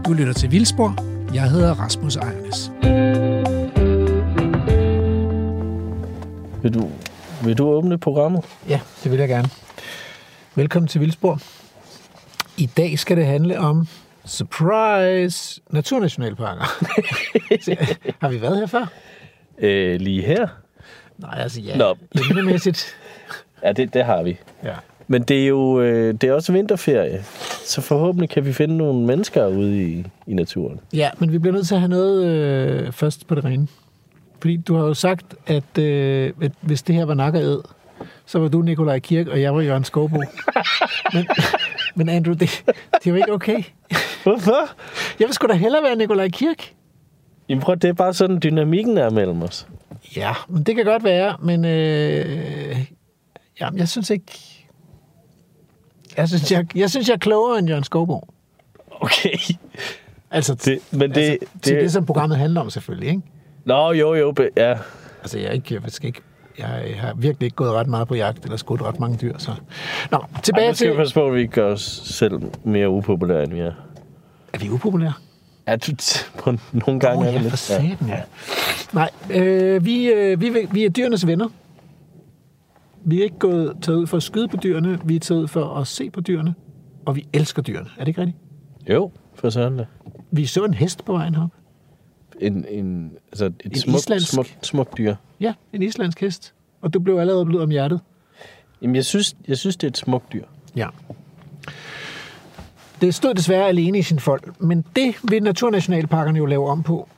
Du lytter til Vildspor. Jeg hedder Rasmus Ejernes. Vil du åbne programmet? Ja, det vil jeg gerne. Velkommen til Vildspor. I dag skal det handle om surprise naturnationalparker. Har vi været her før? Lige her? Nej, altså ja. Emnemæssigt. Ja, det har vi. Ja. Men det er jo det er også vinterferie, så forhåbentlig kan vi finde nogle mennesker ude i naturen. Ja, men vi bliver nødt til at have noget først på det rene. Fordi du har jo sagt, at hvis det her var Nak & Æd, så var du Nikolaj Kirk, og jeg var Jørgen Skovbo. men Andrew, det er jo ikke okay. Hvorfor? Jeg vil sgu da hellere være Nikolaj Kirk. Jamen prøv, det er bare sådan, dynamikken er mellem os. Ja, men det kan godt være, men jamen, jeg synes ikke... Jeg synes, jeg er klogere end Jørgen Skovbo. Okay. Altså, det, som programmet handler om, selvfølgelig, ikke? Nå, jo, ja. Altså, jeg har virkelig ikke gået ret meget på jagt, eller skudt ret mange dyr, så... Nå, tilbage til... Nu skal vi passe på, at vi ikke gør os selv mere upopulære, end vi er. Er vi upopulære? Ja, på nogle gange er det lidt. For satan, ja. Nej, vi er dyrenes venner. Vi er ikke taget ud for at skyde på dyrene, vi er taget ud for at se på dyrene, og vi elsker dyrene. Er det ikke rigtigt? Jo, for sådan det. Vi så en hest på vejen herop. Et smukt dyr. Ja, en islandsk hest. Og du blev allerede blød om hjertet. Jamen, jeg synes, det er et smukt dyr. Ja. Det stod desværre alene i sin fold, men det vil naturnationalparkerne jo lave om på.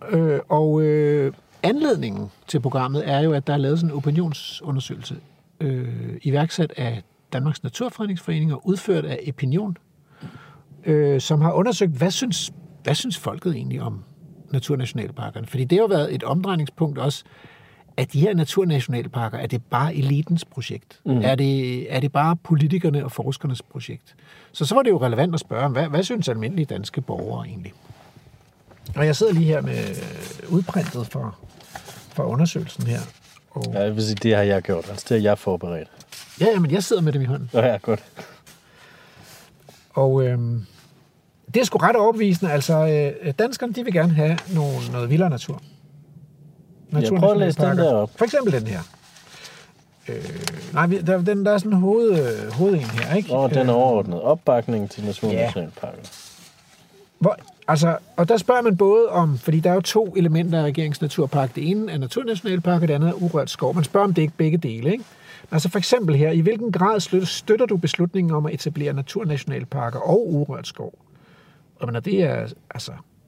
Anledningen til programmet er jo, at der er lavet sådan en opinionsundersøgelse, iværksat af Danmarks Naturfredningsforening og udført af Epinion, som har undersøgt, hvad synes folket egentlig om naturnationalparkerne? Fordi det har jo været et omdrejningspunkt også, at de her naturnationalparker, er det bare elitens projekt? Mm. Er det bare politikerne og forskernes projekt? Så var det jo relevant at spørge, hvad synes almindelige danske borgere egentlig? Og jeg sidder lige her med udprintet for undersøgelsen her. Og... Ja, jeg vil sige, det har jeg gjort. Altså, det har jeg forberedt. Ja, men jeg sidder med dem i hånden. Ja, godt. Og det er sgu ret overbevisende. Altså, danskerne, de vil gerne have noget vildere natur. Jeg prøver at læse den der op. For eksempel den her. Der er sådan en hoveden her, ikke? Den er overordnet. Opbakning til naturnationalparker. Ja. Og der spørger man både om, fordi der er jo 2 elementer af regeringens naturpark. Det ene er naturnationalpark, og det andet er urørt skov. Man spørger om det ikke begge dele, ikke? Altså for eksempel her, i hvilken grad støtter du beslutningen om at etablere naturnationalparker og urørt skov? Og men det er, altså,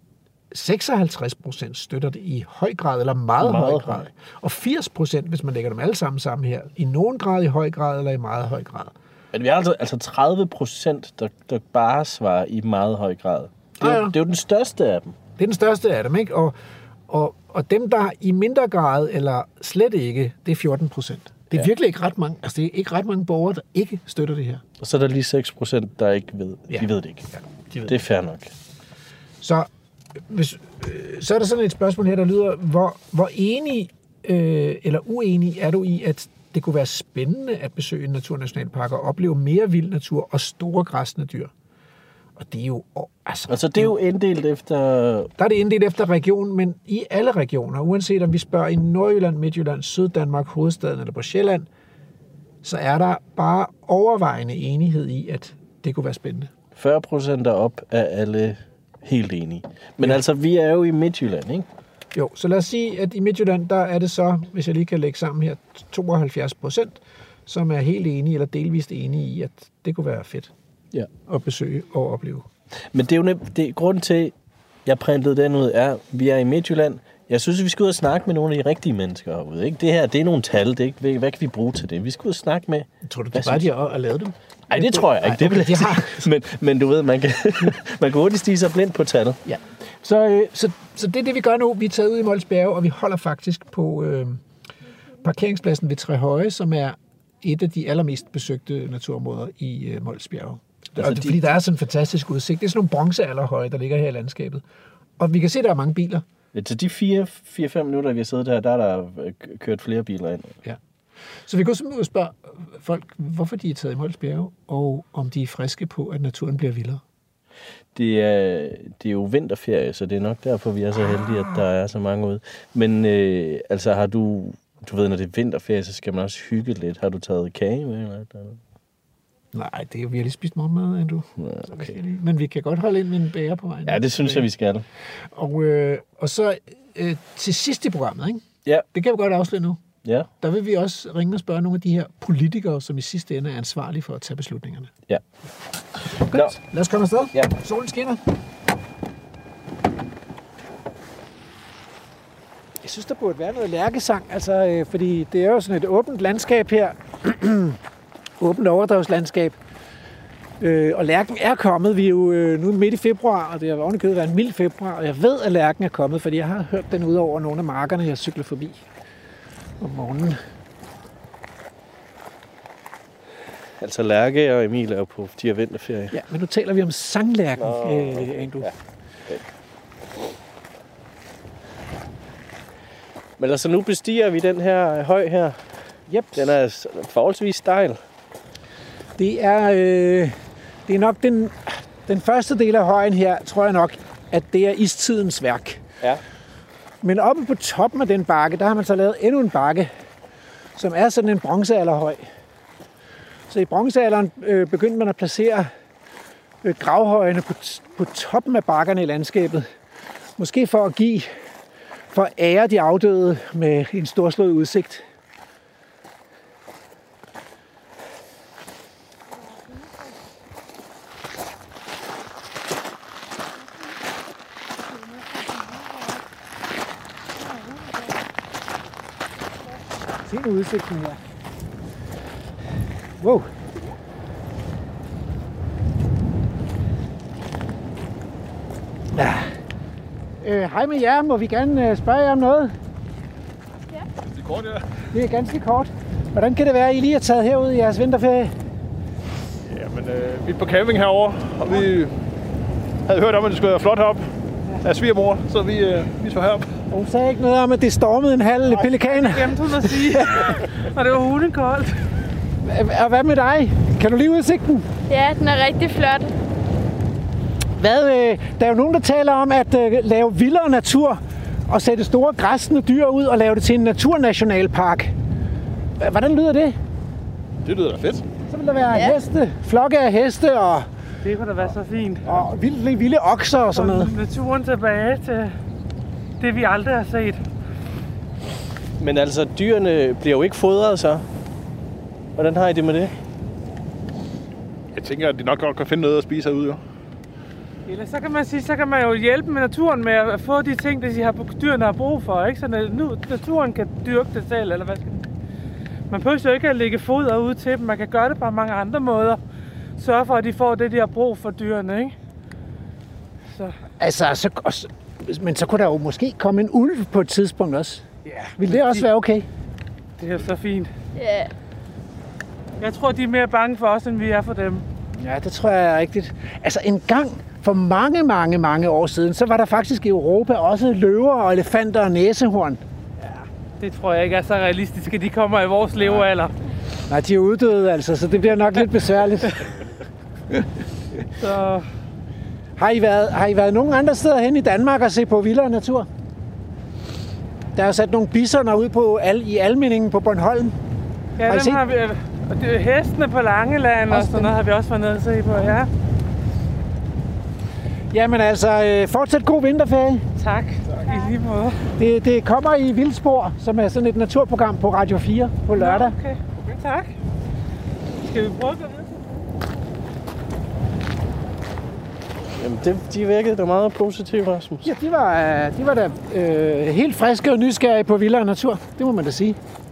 56% støtter det i høj grad, eller meget høj grad. Og 80%, hvis man lægger dem alle sammen her, i nogen grad i høj grad, eller i meget høj grad. Men vi har altså 30%, der bare svarer i meget høj grad. Det er jo den største af dem. Det er den største af dem, ikke? Og dem, der i mindre grad, eller slet ikke, det er 14%. Det er virkelig ikke ret mange, altså det er ikke ret mange borgere, der ikke støtter det her. Og så er der lige 6%, der ikke ved. Ja. De ved det ikke. Ja, det er fair nok. Så er der sådan et spørgsmål her, der lyder, hvor enig eller uenig er du i, at det kunne være spændende at besøge en naturnationalpark og opleve mere vild natur og store græssende dyr? Og det er jo... Altså det er jo inddelt efter... Der er det inddelt efter region, men i alle regioner, uanset om vi spørger i Nordjylland, Midtjylland, Syddanmark, hovedstaden eller på Sjælland, så er der bare overvejende enighed i, at det kunne være spændende. 40% er op af alle helt enige. Men altså, vi er jo i Midtjylland, ikke? Jo, så lad os sige, at i Midtjylland, der er det så, hvis jeg lige kan lægge sammen her, 72%, som er helt enige eller delvist enige i, at det kunne være fedt at besøge og opleve. Men det er jo grunden til, jeg printede den ud, er, vi er i Midtjylland. Jeg synes, vi skal ud og snakke med nogle af de rigtige mennesker herude. Ikke? Det her, det er nogle tal. Det er ikke, hvad kan vi bruge til det? Vi skal ud og snakke med... Tror du, det er bare, de har lavet dem? Nej, det tror jeg ikke. Det vil jeg sige. Men du ved, man kan hurtigt stige sig blind på tal. Ja. Så det er det, vi gør nu. Vi er taget ud i Mols Bjerge, og vi holder faktisk på parkeringspladsen ved Trehøje, som er et af de allermest besøgte naturområder i Mols Bjerge. Altså og det, fordi der er sådan en fantastisk udsigt. Det er sådan nogle bronzealderhøje, der ligger her i landskabet. Og vi kan se, at der er mange biler. Ja, til de 4-5 minutter, vi har siddet her, der er der kørt flere biler ind. Ja. Så vi kan simpelthen spørge folk, hvorfor de er taget i Mols Bjerge, og om de er friske på, at naturen bliver vildere. Det er jo vinterferie, så det er nok derfor, vi er så heldige, at der er så mange ude. Men altså, har du ved, når det er vinterferie, så skal man også hygge lidt. Har du taget kage med? Eller? Nej, vi har lige spist morgenmad, Andrew. Ja, okay. Men vi kan godt holde ind med en bager på vejen. Ja, det synes jeg, vi skal. Og så til sidst i programmet, ikke? Ja. Det kan vi godt afsløre nu. Ja. Der vil vi også ringe og spørge nogle af de her politikere, som i sidste ende er ansvarlige for at tage beslutningerne. Ja. Godt. Lad os komme afsted. Ja. Solen skinner. Jeg synes, der burde være noget lærkesang, altså, fordi det er jo sådan et åbent landskab her. Åbent overdrevslandskab. Og lærken er kommet. Vi er jo nu midt i februar, og det har ovenikøbet været en mild februar, og jeg ved, at lærken er kommet, fordi jeg har hørt den ud over nogle af markerne, jeg cykler forbi om morgenen. Altså Lærke og Emil er jo på de her vinterferie. Ja, men nu taler vi om sanglærken, Andrew. Ja. Okay. Men altså nu bestiger vi den her høj her. Yep. Den er forholdsvis stejl. Det er nok den første del af højen her, tror jeg nok, at det er istidens værk. Ja. Men oppe på toppen af den bakke, der har man så lavet endnu en bakke, som er sådan en bronzealderhøj. Så i bronzealderen begyndte man at placere gravhøjene på toppen af bakkerne i landskabet. Måske for at ære de afdøde med en storslået udsigt. Se nu udsigten her. Wow. Ja. Hej med jer. Må vi gerne spørge jer om noget? Ja. Det er kort, ja. Det er ganske kort. Hvordan kan det være, at I lige er taget herud i jeres vinterferie? Jamen, vi er på camping herovre, og vi havde hørt om, at det skulle være flot heroppe af svigermor, så vi tog herop. Og hun sagde ikke noget om, at det stormede en halv pelikan. Det glemte hun at sige. Og det var hundekoldt. Og hvad med dig? Kan du lide udsigten? Ja, den er rigtig flot. Der er jo nogen, der taler om at lave vildere natur og sætte store græssende dyr ud og lave det til en naturnationalpark. Hvordan lyder det? Det lyder da fedt. Så vil der være heste, flokke af heste og Det kunne da være så fint. vilde okser og sådan noget. Naturen tilbage til det, vi aldrig har set. Men altså, dyrene bliver jo ikke fodret så. Hvordan har I det med det? Jeg tænker, at de nok godt kan finde noget at spise herude, jo. Eller så kan man sige, så kan man jo hjælpe med naturen med at få de ting, dyrene har brug for, ikke? Så naturen kan dyrke det selv, eller hvad skal man behøver jo ikke at lægge foder ud til dem. Man kan gøre det på mange andre måder. Sørge for, at de får det, de har brug for dyrene, ikke? Så. Men så kunne der jo måske komme en ulv på et tidspunkt også. Ja. Vil det også være okay? Det er så fint. Ja. Jeg tror, de er mere bange for os, end vi er for dem. Ja, det tror jeg er rigtigt. Altså en gang for mange år siden, så var der faktisk i Europa også løver og elefanter og næsehorn. Det tror jeg ikke er så realistisk, at de kommer i vores levealder. Nej, de er uddøde altså, så det bliver nok lidt besværligt. Så Har I været nogen andre steder hen i Danmark og se på vildere natur? Der er sat nogle bisoner ud i Almindingen på Bornholm. ja, I set? har vi. Og det er hestene på Langeland og sådan noget har vi også været nede at se på, ja. Jamen altså, fortsat god vinterferie. Tak. I lige måde. Det kommer i Vildspor, som er sådan et naturprogram på Radio 4 på lørdag. Okay, tak. Skal vi prøve at gå videre? Jamen, de virkede da meget positive, Rasmus. Ja, de var da helt friske og nysgerrige på vildere natur. Det må man da sige.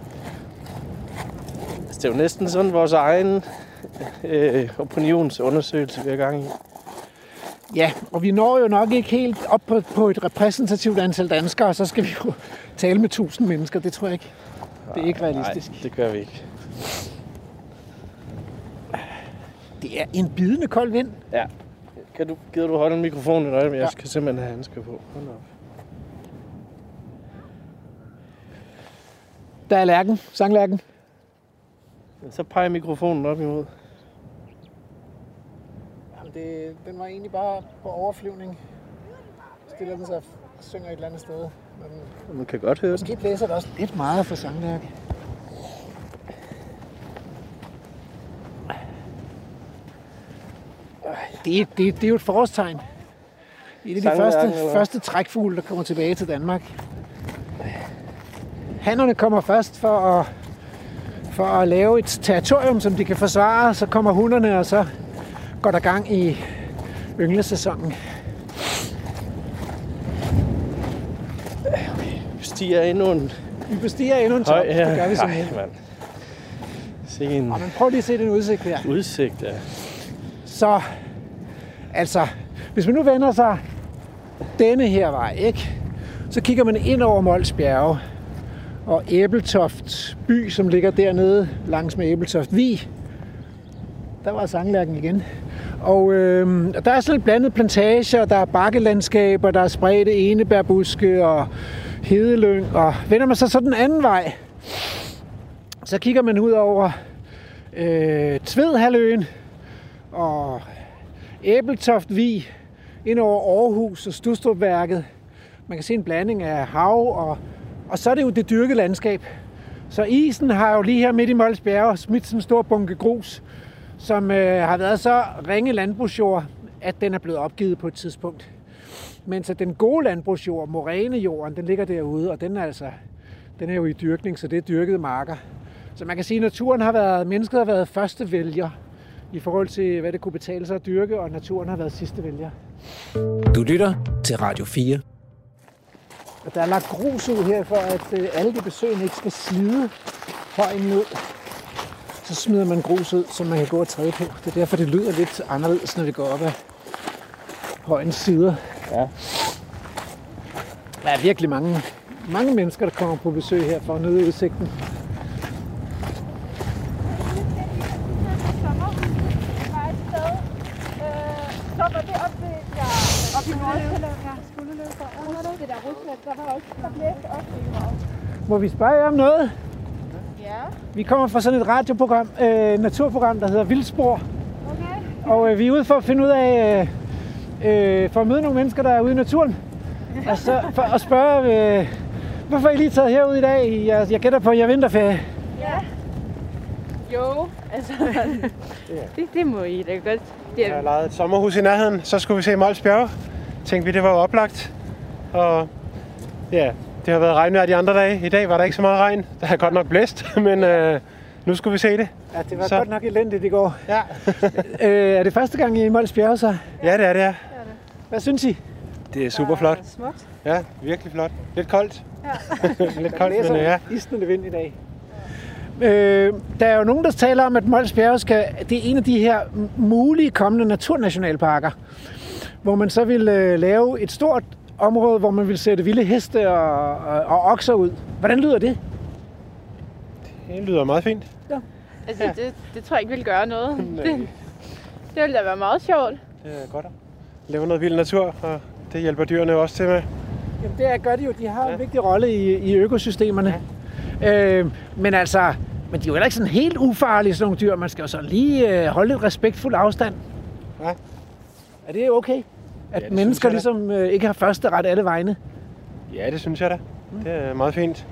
Det er jo næsten sådan vores egen opinionsundersøgelse, vi er gang i. Ja, og vi når jo nok ikke helt op på et repræsentativt antal danskere, så skal vi jo tale med 1000 mennesker. Det tror jeg ikke. Det er ikke realistisk. Nej, det gør vi ikke. Det er en bidende kold vind. Ja. Gider du holde mikrofonen et øjeblik? Jeg skal simpelthen have handsker på. Hold op. Der er lærken, sanglærken. Så peger mikrofonen op imod. Den var egentlig bare på overflyvning. Stiller den sig og synger et eller andet sted. Men Man kan godt høre det. måske blæser det også lidt meget for sanglærke. Det er jo et forårstegn. Et af de første trækfugle, der kommer tilbage til Danmark. Hannerne kommer først for at lave et territorium, som de kan forsvare. Så kommer hunderne, og så går der gang i ynglesæsonen. Vi bestiger endnu en top. høj her. Det gør vi simpelthen. Se en Og man prøver lige at se den udsigt her. udsigt, ja. Så, altså, hvis man nu vender sig denne her vej, ikke? Så kigger man ind over Mols Bjerge og Ebeltoft by, som ligger dernede langs med Ebeltoft Vig. Der var sanglærken igen. Og der er sådan et blandet plantager, der er bakkelandskaber, der er spredte enebærbuske og hedelyng. Og vender man så den anden vej, så kigger man ud over Tvedhalvøen og Ebeltoft Vig, ind over Aarhus og Studstrupværket. Man kan se en blanding af hav, og så er det jo det dyrkede landskab. Så isen har jo lige her midt i Mols Bjerge smidt sådan en stor bunke grus, som har været så ringe landbrugsjord, at den er blevet opgivet på et tidspunkt. Men så den gode landbrugsjord, morænejorden, den ligger derude, og den er jo i dyrkning, så det er dyrkede marker. Så man kan sige, at mennesket har været første vælger i forhold til, hvad det kunne betale sig at dyrke, og naturen har været sidste vælger. Du lytter til Radio 4. Og der er lagt grus ud her, for at alle de besøgende ikke skal slide højen ned. Så smider man grus ud, som man kan gå og træde på. Det er derfor, det lyder lidt anderledes, når vi går op ad højens sider. Ja. Der er virkelig mange mennesker, der kommer på besøg her for at nyde udsigten. Må vi spørge jer om noget? Ja. Vi kommer fra sådan et radioprogram, naturprogram, der hedder Vildspor. Okay. Og vi er ude for at finde ud af, for at møde nogle mennesker, der er ude i naturen. Og så for at spørge, hvorfor er I lige taget herud i dag? Jeg gætter på, at I er vinterferie. Ja. Jo, altså, det må I da godt. Jeg har lejet et sommerhus i nærheden, så skulle vi se Mols Bjerge. Tænkte vi, det var jo oplagt. Og ja, det har været regnvejr de andre dage. I dag var der ikke så meget regn. Der har godt nok blæst, men nu skulle vi se det. Ja, det var godt nok elendigt i går. Ja. Er det første gang i Mols Bjerge så? Ja, det er det, ja. Hvad synes I? Det er super flot. Smukt. Ja, virkelig flot. Lidt koldt. Ja. Lidt koldt, men ja. Isnende vind i dag. Der er jo nogen, der taler om, at Mols Bjerge det er en af de her mulige kommende naturnationalparker, hvor man så vil lave et stort område, hvor man vil sætte vilde heste og okser ud. Hvordan lyder det? Det lyder meget fint. Ja. Altså, det tror jeg ikke vil gøre noget. Det ville da være meget sjovt. Det er godt at lave noget vild natur, og det hjælper dyrene også til med. Jamen det gør de jo. De har en vigtig rolle i økosystemerne. Ja. Men de er jo heller ikke sådan helt ufarlige, sådan nogle dyr. Man skal jo så lige holde et respektfuld afstand. Ja. Er det okay? At mennesker ligesom ikke har første ret alle vegne? Ja, det synes jeg da. Det er meget fint.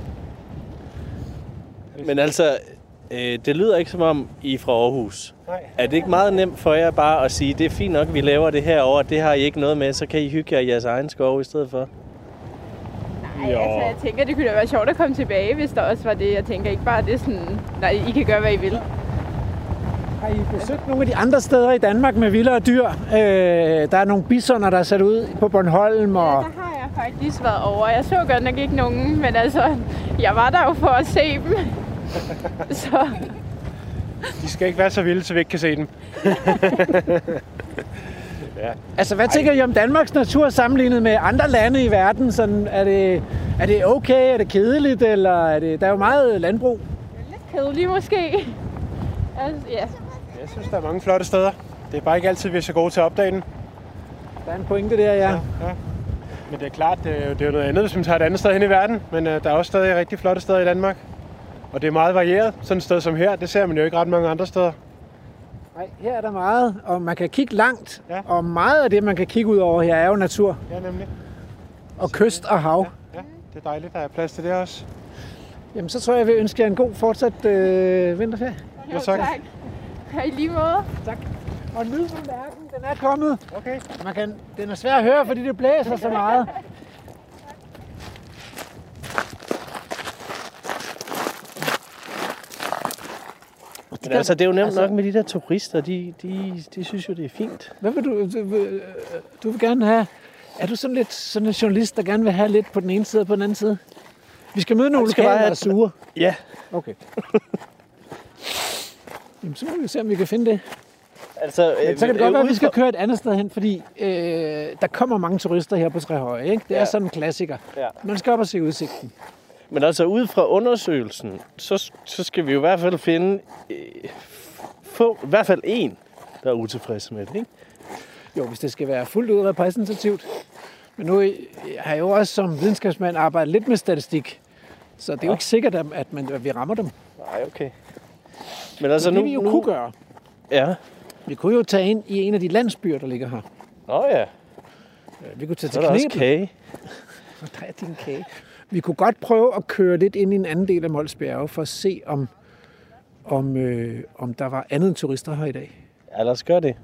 Men altså, det lyder ikke som om I er fra Aarhus. Nej. Er det ikke meget nemt for jer bare at sige, det er fint nok, vi laver det herovre, det har I ikke noget med, så kan I hygge jer i jeres egen skov i stedet for? Nej, altså jeg tænker, det kunne da være sjovt at komme tilbage, hvis der også var det. Jeg tænker ikke bare, det er sådan, nej, I kan gøre, hvad I vil. Har I besøgt nogle af de andre steder i Danmark med vildere dyr? Der er nogle bisoner, der er sat ud på Bornholm. Og... Ja, der har jeg faktisk været over. Jeg så godt nok ikke nogen, men altså, jeg var der jo for at se dem. Så... De skal ikke være så vilde, så vi ikke kan se dem. Ja. Altså, hvad tænker I om Danmarks natur sammenlignet med andre lande i verden? Sådan, er det okay? Er det kedeligt? Eller der er jo meget landbrug. Lidt kedeligt måske. Altså, ja. Jeg synes, der er mange flotte steder. Det er bare ikke altid, vi er så gode til at opdage den. Der er en pointe der, ja. Men det er klart, det er jo noget andet, hvis man tager et andet sted hen i verden. Men der er også stadig rigtig flotte steder i Danmark. Og det er meget varieret. Sådan et sted som her, det ser man jo ikke ret mange andre steder. Nej, her er der meget, og man kan kigge langt, og meget af det, man kan kigge ud over her, er jo natur. Ja, nemlig. Og kyst og hav. Ja, det er dejligt, der er plads til det også. Jamen, så tror jeg vil ønske jer en god fortsat vinterferie. Jo, tak. I lige måde. Tak. Og nyd på mærken, den er kommet. Okay. Den er svær at høre, fordi det blæser så meget. Men altså, det er jo nemt nok med de der turister, de synes jo, det er fint. Hvad vil du vil gerne have? Er du sådan en journalist, der gerne vil have lidt på den ene side og på den anden side? Vi skal møde nogle lokale, der er sure. Ja. Okay. Jamen, så må vi se, om vi kan finde det. Altså, så kan det godt være, at vi skal køre et andet sted hen, fordi der kommer mange turister her på Trehøje, ikke? Det er sådan en klassiker. Ja. Man skal op og se udsigten. Men altså, ud fra undersøgelsen, så skal vi jo i hvert fald finde få i hvert fald en, der er utilfreds med det, ikke? Jo, hvis det skal være fuldt ud repræsentativt. Men nu har jeg jo også som videnskabsmand arbejdet lidt med statistik, så det er jo ikke sikkert, at vi rammer dem. Nej, okay. Men altså, det vi jo kunne gøre. Ja. Vi kunne jo tage ind i en af de landsbyer, der ligger her. Nå ja. Vi kunne tage til Knebel. Knebel. Også kage. Der er din kage. Vi kunne godt prøve at køre lidt ind i en anden del af Mols Bjerge, for at se, om der var andet end turister her i dag. Ja, lad os gøre det.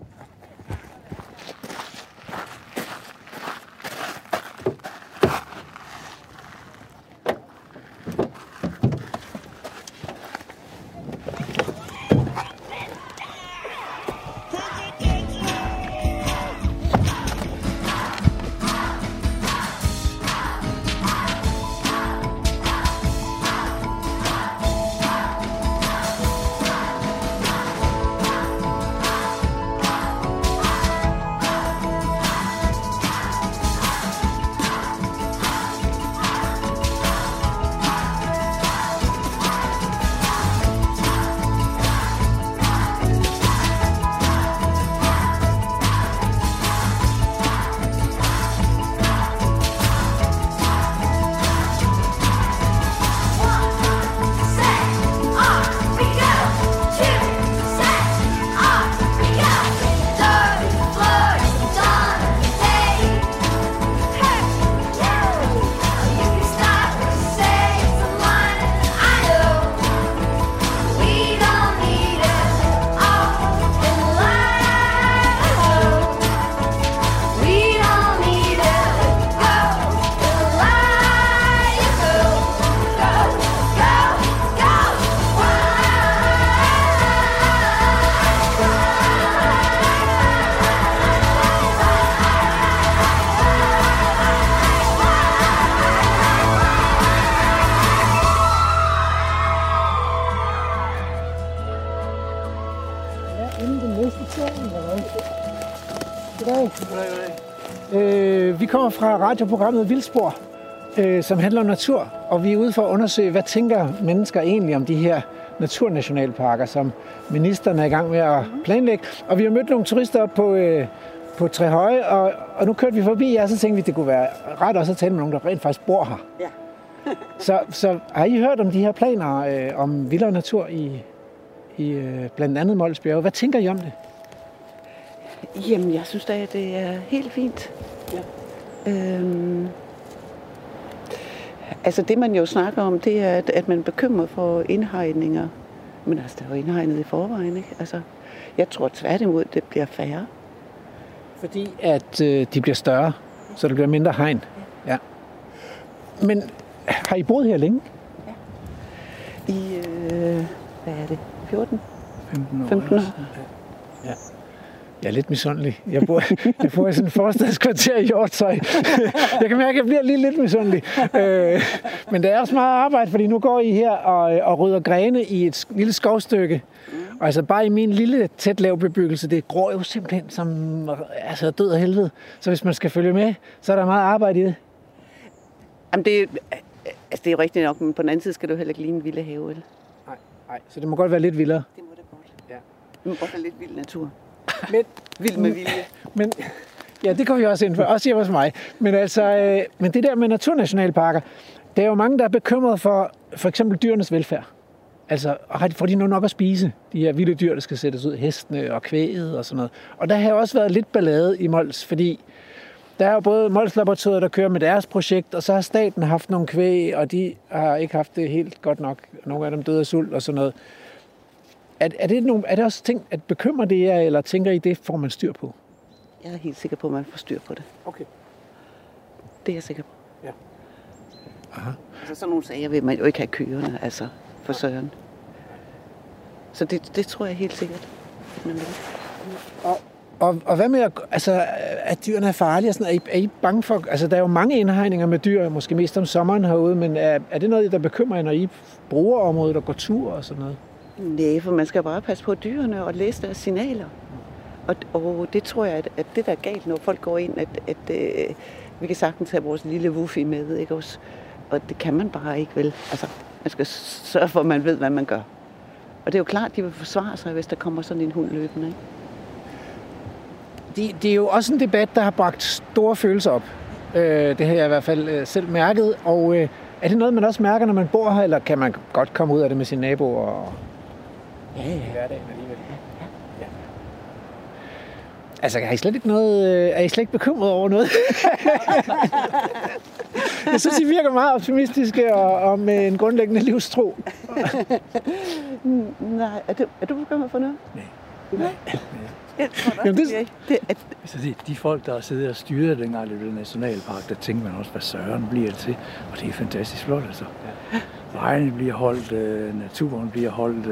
Vi kommer fra radioprogrammet Vildspor, som handler om natur, og vi er ude for at undersøge, hvad tænker mennesker egentlig om de her naturnationalparker, som ministeren er i gang med at planlægge. Og vi har mødt nogle turister op på Trehøje, og nu kørte vi forbi jer, så tænkte vi, det kunne være ret også at tale med nogen, der rent faktisk bor her. Ja. Så har I hørt om de her planer om vildere natur i blandt andet Mols Bjerge? Hvad tænker I om det? Jamen, jeg synes da, at det er helt fint. Ja. Altså, det man jo snakker om, det er, at man er bekymret for indhegninger. Men altså, der er jo indhegnet i forvejen, ikke? Altså, jeg tror tværtimod, det bliver færre. Fordi at de bliver større, så der bliver mindre hegn. Ja. Men har I boet her længe? Ja. I, hvad er det? 15 år. Ja. Jeg er lidt misundelig. Jeg bor i sådan en forstadskvarter i Hjortshøj. Jeg kan mærke, at jeg bliver lige lidt misundelig. Men det er også meget arbejde, fordi nu går I her og rydder grene i et lille skovstykke. Og altså bare i min lille tæt lav bebyggelse, det gror jo simpelthen som død og helvede. Så hvis man skal følge med, så er der meget arbejde i det. Jamen det er jo rigtigt nok, men på den anden side skal du heller ikke ligne en vilde have, eller? Nej, så det må godt være lidt vildere. Det må det godt. Ja. Det må godt være lidt vild natur. Men, vild med vilje. Men, ja, det går vi også ind for. Også hjemme hos mig. Men altså, men det der med naturnationalparker, der er jo mange, der er bekymret for eksempel dyrenes velfærd. Altså, får de nu nok at spise, de her vilde dyr, der skal sættes ud, hestene og kvæget og sådan noget. Og der har også været lidt ballade i Mols, fordi der er jo både Mols-laboratoriet, der kører med deres projekt, og så har staten haft nogle kvæg, og de har ikke haft det helt godt nok. Nogle af dem døde af sult og sådan noget. Er det også ting, at bekymrer det jer, eller tænker I, det får man styr på? Jeg er helt sikker på, at man får styr på det. Okay. Det er jeg sikker på. Ja. Aha. Altså sådan nogle sager vil man jo ikke have kørende, altså for søren. Så det tror jeg helt sikkert, at man vil. Og hvad med, at dyrene er farlige? Sådan, er I bange for... Altså, der er jo mange indhegninger med dyr, måske mest om sommeren herude, men er det noget, der bekymrer jer, når I bruger området og går tur og sådan noget? Nej, for man skal bare passe på dyrene og læse deres signaler. Og det tror jeg, at det der er galt, når folk går ind, at vi kan sagtens have vores lille wuffy med, ikke også? Og det kan man bare ikke, vel? Altså, man skal sørge for, at man ved, hvad man gør. Og det er jo klart, at de vil forsvare sig, hvis der kommer sådan en hund løbende, ikke? Det er jo også en debat, der har bragt store følelser op. Det har jeg i hvert fald selv mærket. Og er det noget, man også mærker, når man bor her, eller kan man godt komme ud af det med sine naboer? Og... Ja. I hverdagen alligevel. Ja. Altså, er I slet ikke bekymret over noget? Jeg synes, I virker meget optimistiske og med en grundlæggende livstro. Nej, er du bekymret for noget? Nej. Jeg tror altså de folk, der har siddet og styret dengang det blev nationalpark, der tænker man også, hvad søren bliver det til. Og det er fantastisk flot, altså. Vejene bliver holdt, naturen bliver holdt,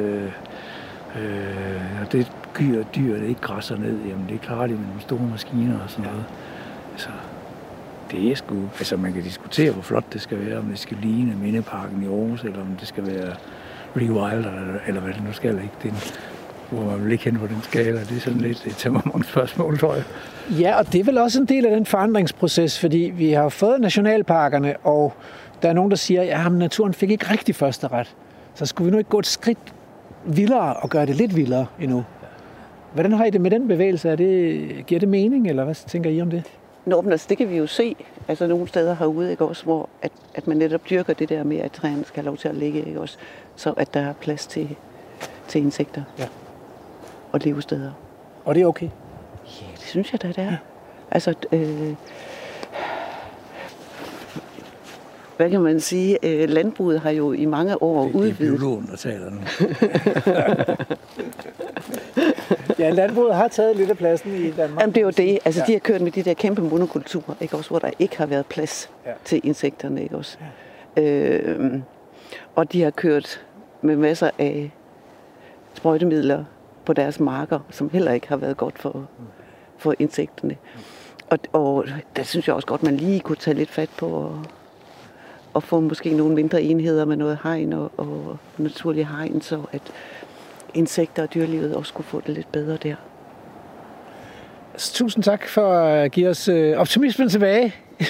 og det dyr, det ikke græsser ned, jamen det klarer de med nogle store maskiner og sådan noget. Altså, det er sgu... Altså man kan diskutere, hvor flot det skal være, om det skal ligne Mindeparken i Aarhus, eller om det skal være Rewild, eller hvad det nu skal, ikke? Det hvor man vil ikke hen på den skala. Det er sådan lidt et temperamentsspørgsmål, tror jeg. Ja, og det er vel også en del af den forandringsproces, fordi vi har fået nationalparkerne, og der er nogen, der siger, at naturen fik ikke rigtig første ret. Så skulle vi nu ikke gå et skridt vildere og gøre det lidt vildere endnu? Hvordan har I det med den bevægelse? Giver det mening, eller hvad tænker I om det? Nå, men altså, det kan vi jo se. Altså nogle steder herude, ikke også, hvor at man netop dyrker det der med, at træerne skal have lov til at ligge, ikke også, så at der er plads til insekter. Ja. Og levesteder. Og det er okay? Ja, det synes jeg da, det er. Ja. Altså, hvad kan man sige? Landbruget har jo i mange år udvidet... Det er biologen, der taler nu. Ja, landbruget har taget lidt af pladsen i Danmark. Jamen, det er jo det. Altså, de har kørt med de der kæmpe monokulturer, ikke også, hvor der ikke har været plads til insekterne, ikke også? Ja. Og de har kørt med masser af sprøjtemidler på deres marker, som heller ikke har været godt for insekterne. Og der synes jeg også godt, man lige kunne tage lidt fat på at få måske nogle mindre enheder med noget hegn og naturlige hegn, så at insekter og dyrelivet også kunne få det lidt bedre der. Altså, tusind tak for at give os optimismen tilbage.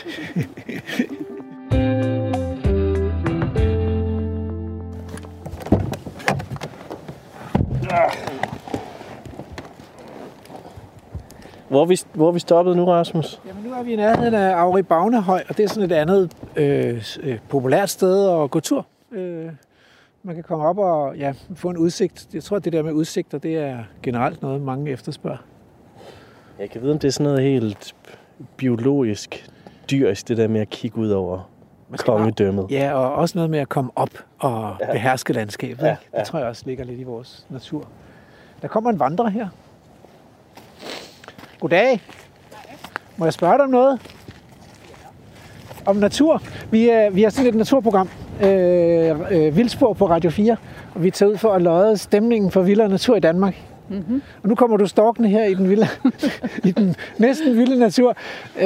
Hvor er vi stoppet nu, Rasmus? Jamen, nu er vi i nærheden af Auribagnehøj, og det er sådan et andet populært sted at gå tur. Man kan komme op og få en udsigt. Jeg tror, at det der med udsigter, det er generelt noget, mange efterspørger. Jeg kan vide, om det er sådan noget helt biologisk, dyrisk, det der med at kigge ud over kongedømmet. Ja, og også noget med at komme op og beherske landskabet. Ja, ja. Det tror jeg også ligger lidt i vores natur. Der kommer en vandrer her. Goddag. Må jeg spørge dig om noget? Om natur. Vi har sådan et naturprogram, Vildspor på Radio 4, og vi tager ud for at lodde stemningen for vildere natur i Danmark. Mm-hmm. Og nu kommer du stalkende her i den næsten vilde natur.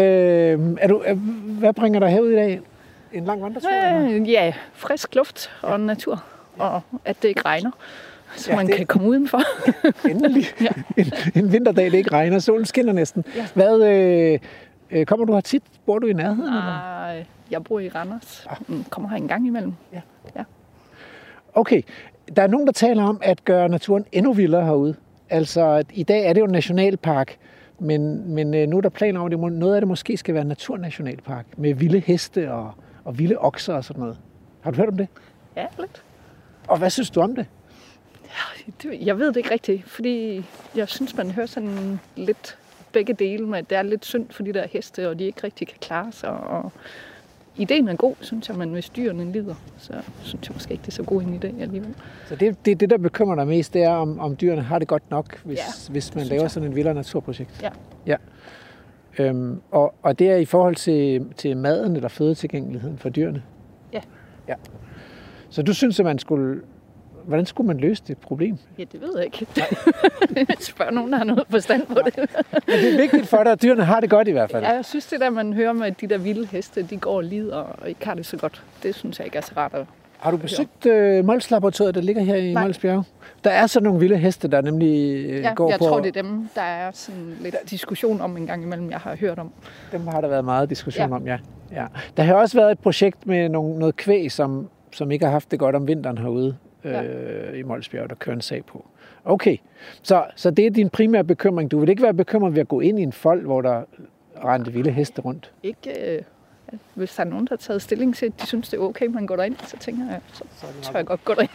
Hvad bringer dig herud i dag? En lang vandretur? Ja, frisk luft og natur, og at det ikke regner, så man kan komme udenfor. Endelig. En vinterdag, det ikke regner, solen skinner næsten. Ja. Kommer du her tit? Bor du i nærheden? Nej, jeg bor i Randers. Kommer her en gang imellem. Ja. Okay, der er nogen, der taler om at gøre naturen endnu vildere herude. Altså, i dag er det jo en nationalpark, men nu er der planer om, at noget af det måske skal være en naturnationalpark med vilde heste og vilde okser og sådan noget. Har du hørt om det? Ja, lidt. Og hvad synes du om det? Jeg ved det ikke rigtigt, fordi jeg synes, man hører sådan lidt begge dele med, at det er lidt synd for de der heste, og de ikke rigtig kan klare sig. Og ideen er god, synes jeg, men hvis dyrene lider, så synes jeg måske ikke, det er så god en idé alligevel. Så det der bekymrer dig mest, det er, om dyrene har det godt nok, hvis man laver sådan en vildere naturprojekt? Ja. Og det er i forhold til maden eller fødetilgængeligheden for dyrene? Ja. Så du synes, at hvordan skulle man løse det problem? Ja, det ved jeg ikke. Spørg nogen, der har noget forstand på det. Men det er vigtigt for dig, at dyrene har det godt i hvert fald. Ja, jeg synes, det der, man hører med, at de der vilde heste, de går og lider og ikke har det så godt, det synes jeg ikke er så rart. Har du besøgt Mols-laboratoriet, der ligger her i Mols Bjerge? Der er sådan nogle vilde heste, der nemlig går på... jeg tror, det er dem, der er sådan lidt diskussion om en gang imellem, jeg har hørt om. Dem har der været meget diskussion om, ja. Der har også været et projekt med noget kvæg, som ikke har haft det godt om vinteren herude i Mols Bjerge, der kører en sag på. Okay, så det er din primære bekymring. Du vil ikke være bekymret ved at gå ind i en fold, hvor der rendte vilde heste rundt? Ikke... Hvis der er nogen, der har taget stilling til, at de synes, det er okay, man går derind, så tænker jeg, så tør jeg godt gå derind.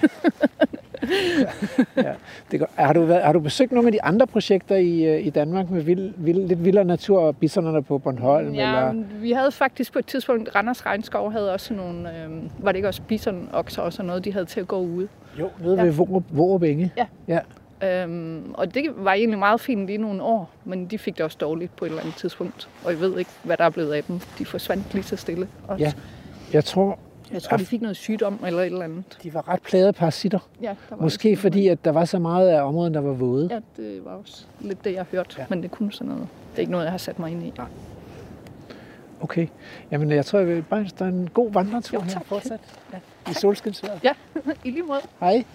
Det er godt. Har du besøgt nogle af de andre projekter i Danmark med lidt vildere natur, bisonerne på Bornholm? Ja, eller? Vi havde faktisk på et tidspunkt, Randers Regnskov havde også nogle, var det ikke også bisonokser og sådan noget, de havde til at gå ude? Jo, nede ved Vorup Enge. Ja. Og det var egentlig meget fint i nogle år, men de fik det også dårligt på et eller andet tidspunkt. Og jeg ved ikke, hvad der er blevet af dem. De forsvandt lige så stille. Også. Ja, jeg tror, de fik noget sygdom eller et eller andet. De var ret plagede af parasitter. Ja, måske fordi, at der var så meget af områden, der var våde. Ja, det var også lidt det, jeg hørte. Men det kunne sådan noget. Det er ikke noget, jeg har sat mig ind i. Nej. Okay. Jamen, jeg tror, der er en god vandretur her fortsat. Ja. I solskinsvejret. Ja, i lige måde. Hej.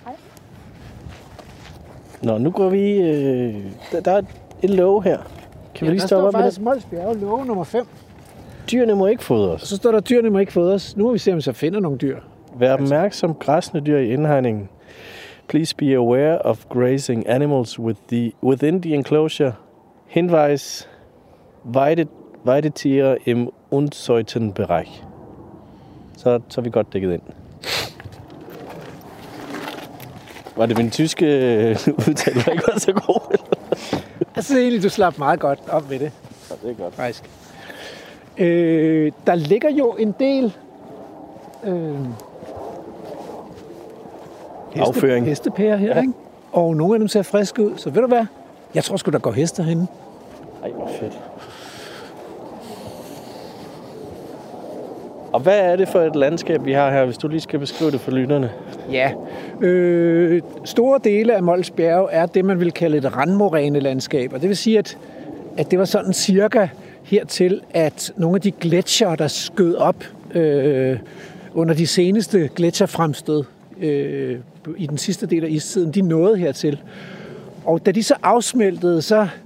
Nå, nu går vi... der er et låge her. Kan vi lige stoppe op med det? Der står faktisk Mols Bjerge, låge nummer 5. Dyrene må ikke fodres. Så står der, dyrene må ikke fodres. Nu må vi se, om vi så finder nogle dyr. Vær opmærksom græsne dyr i indhegningen. Please be aware of grazing animals within the enclosure. Hinweis, Weidetiere im unzäunten Bereich. Så er vi godt dækket ind. Var det min tyske udtale, der ikke var så god? Jeg synes egentlig, du slap meget godt op ved det. Ja, det er godt. Faktisk. Der ligger jo en del afføring. Hestepærer her, ikke? Og nogle af dem ser friske ud. Så ved du hvad? Jeg tror sgu, der går heste herinde. Ej, hvor fedt. Og hvad er det for et landskab, vi har her, hvis du lige skal beskrive det for lytterne? Ja, store dele af Mols Bjerge er det, man vil kalde et randmorænelandskab. Og det vil sige, at det var sådan cirka hertil, at nogle af de gletsjer, der skød op under de seneste gletsjerfremstød i den sidste del af istiden, de nåede hertil. Og da de så afsmeltede,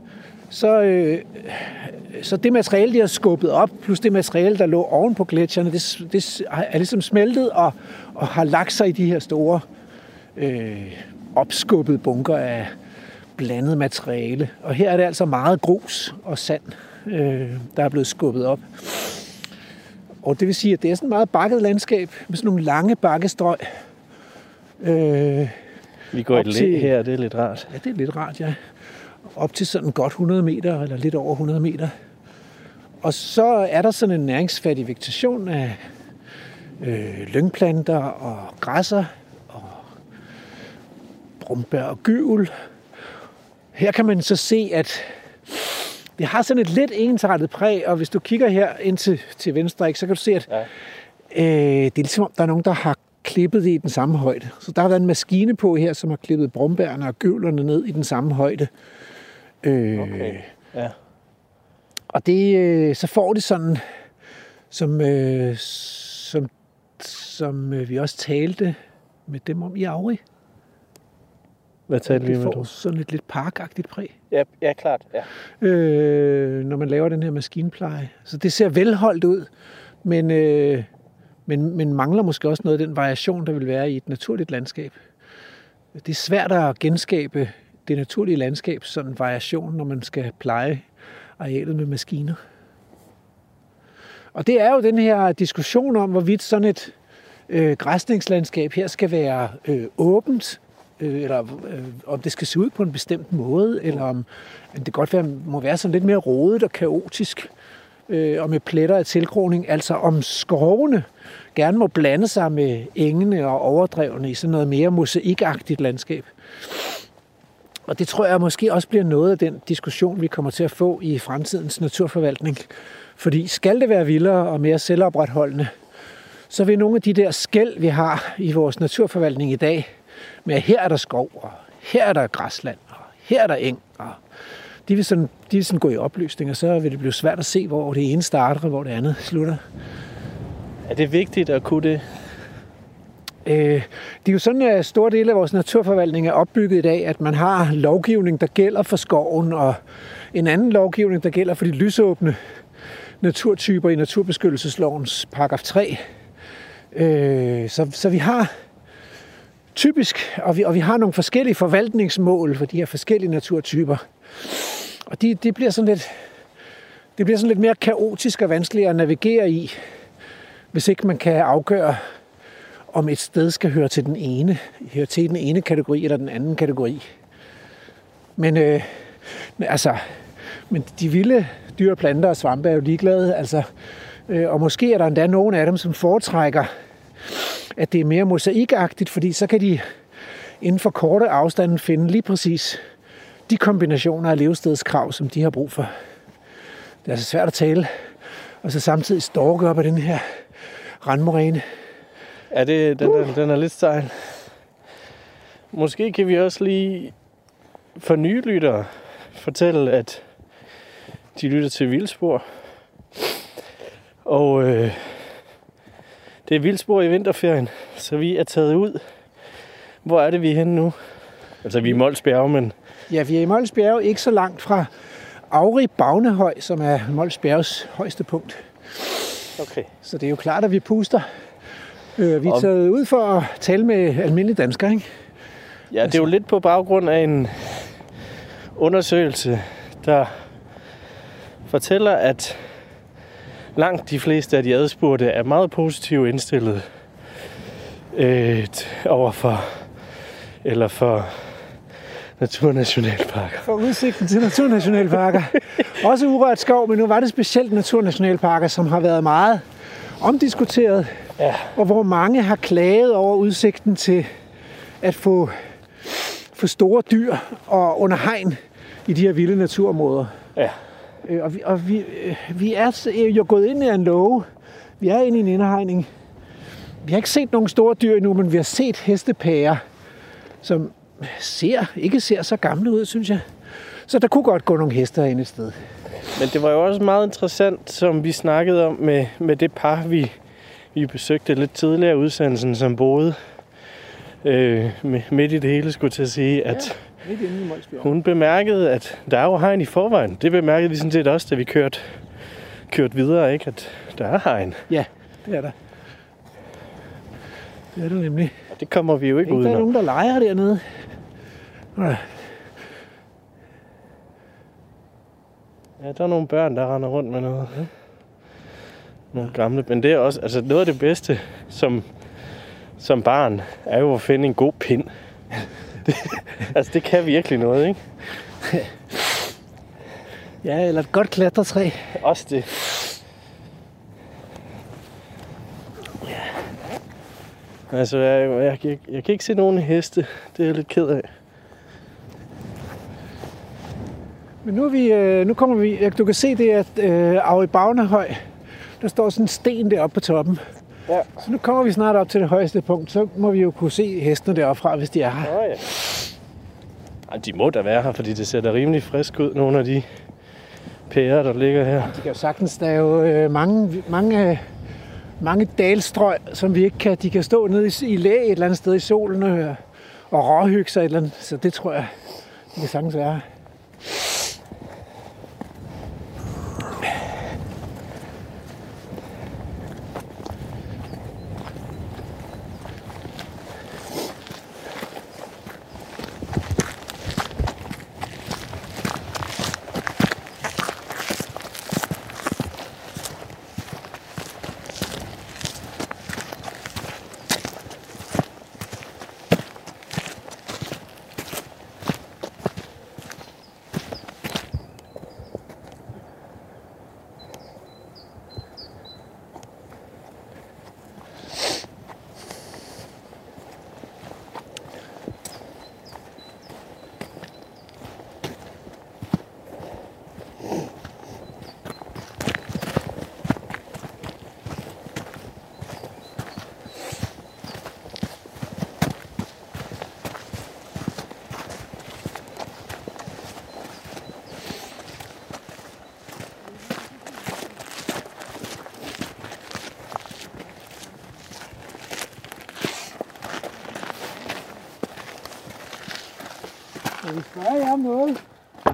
så det materiale, de har skubbet op, plus det materiale, der lå oven på gletsjerne, det er ligesom smeltet og har lagt sig i de her store opskubbede bunker af blandet materiale. Og her er det altså meget grus og sand, der er blevet skubbet op. Og det vil sige, at det er sådan et meget bakket landskab med sådan nogle lange bakkestrøg. Vi går i et læ her, det er lidt rart. Ja, det er lidt rart, ja. Op til sådan godt 100 meter, eller lidt over 100 meter. Og så er der sådan en næringsfattig vegetation af lyngplanter og græsser og brumbær og gyvel. Her kan man så se, at det har sådan et lidt ensartet præg, og hvis du kigger her ind til venstre, så kan du se, at det er ligesom, der er nogen, der har klippet det i den samme højde. Så der har været en maskine på her, som har klippet brumbærne og gyvlerne ned i den samme højde. Okay, ja. Og det, så får det sådan, som vi også talte med dem om i Auri. Hvad talte vi med det får sådan et lidt parkagtigt præg. Ja, klart. Ja. Når man laver den her maskinpleje. Så det ser velholdt ud, men mangler måske også noget af den variation, der vil være i et naturligt landskab. Det er svært at genskabe det naturlige landskab, sådan en variation, når man skal pleje arealet med maskiner. Og det er jo den her diskussion om, hvorvidt sådan et græsningslandskab her skal være åbent, eller om det skal se ud på en bestemt måde, eller om det godt må være sådan lidt mere rodet og kaotisk, og med pletter af tilgroning, altså om skovene gerne må blande sig med engene og overdrevene i sådan noget mere mosaikagtigt landskab. Og det tror jeg måske også bliver noget af den diskussion, vi kommer til at få i fremtidens naturforvaltning. Fordi skal det være vildere og mere selvopretholdende, så vil nogle af de der skel, vi har i vores naturforvaltning i dag, med at her er der skov, og her er der græsland, og her er der eng, og de vil sådan gå i opløsning, og så vil det blive svært at se, hvor det ene starter, og hvor det andet slutter. Er det vigtigt at kunne det? Det er jo sådan, at store dele af vores naturforvaltning er opbygget i dag, at man har lovgivning, der gælder for skoven, og en anden lovgivning, der gælder for de lysåbne naturtyper i naturbeskyttelseslovens paragraf 3. Så vi har typisk, og vi har nogle forskellige forvaltningsmål for de her forskellige naturtyper. Og det bliver sådan lidt mere kaotisk og vanskeligt at navigere i, hvis ikke man kan afgøre, om et sted skal høre til den ene kategori eller den anden kategori. Men de vilde dyr, planter og svampe er jo ligeglade. Og måske er der endda nogen af dem, som foretrækker, at det er mere mosaikagtigt, fordi så kan de inden for korte afstande finde lige præcis de kombinationer af levestedskrav, som de har brug for. Det er altså svært at tale, og så samtidig storke op af den her randmoræne. Ja, den er lidt stejl. Måske kan vi også lige for nye lyttere fortælle, at de lytter til Vildspor. Og det er Vildspor i vinterferien, så vi er taget ud. Hvor er det, vi er henne nu? Altså, vi er i Mols Bjerge, men... Ja, vi er i Mols Bjerge, ikke så langt fra Agri Bagnehøj, som er Mols Bjerges højeste punkt. Okay. Så det er jo klart, at vi puster. Vi er taget ud for at tale med almindelige danskere, ikke? Ja, det er jo lidt på baggrund af en undersøgelse, der fortæller, at langt de fleste af de adspurgte er meget positivt indstillet for naturnationalparker. For udsigten til naturnationalparker. Også urørt skov, men nu var det specielt naturnationalparker, som har været meget omdiskuteret. Ja. Og hvor mange har klaget over udsigten til at få store dyr og under hegn i de her vilde naturområder. Ja. Og vi er jo gået ind i en låge. Vi er inde i en indhegning. Vi har ikke set nogen store dyr endnu, men vi har set hestepærer, som ikke ser så gamle ud, synes jeg. Så der kunne godt gå nogle hester ind et sted. Men det var jo også meget interessant, som vi snakkede om med det par, vi besøgte lidt tidligere udsendelsen, som boede midt i det hele, skulle til at sige, at hun bemærkede, at der er jo hegn i forvejen. Det bemærkede vi sådan set også, da vi kørte videre, ikke? At der er hegn. Ja, det er der. Det er der nemlig. Og det kommer vi jo ikke udenom. Der er nogen, der leger dernede. Ja, der er nogle børn, der render rundt med noget. Ja. Nogle gamle. Men det er også, altså noget af det bedste som barn, er jo at finde en god pind. Det kan virkelig noget, ikke? Ja, eller et godt klatretræ. Også det. Ja. Altså, jeg kan ikke se nogen heste. Det er jeg lidt ked af. Men nu kommer vi... Du kan se det, at Agri Bagnehøj, der står sådan en sten deroppe på toppen. Ja. Så nu kommer vi snart op til det højeste punkt. Så må vi jo kunne se hestene deroppe fra, hvis de er her. Ja. Ej, de må da være her, fordi det ser da rimelig frisk ud, nogle af de pærer, der ligger her. De kan jo sagtens. Der er jo mange dalstrøg, som vi ikke kan... De kan stå nede i læ et eller andet sted i solen og råhygge sig et eller andet. Så det tror jeg, det kan sagtens være. noget.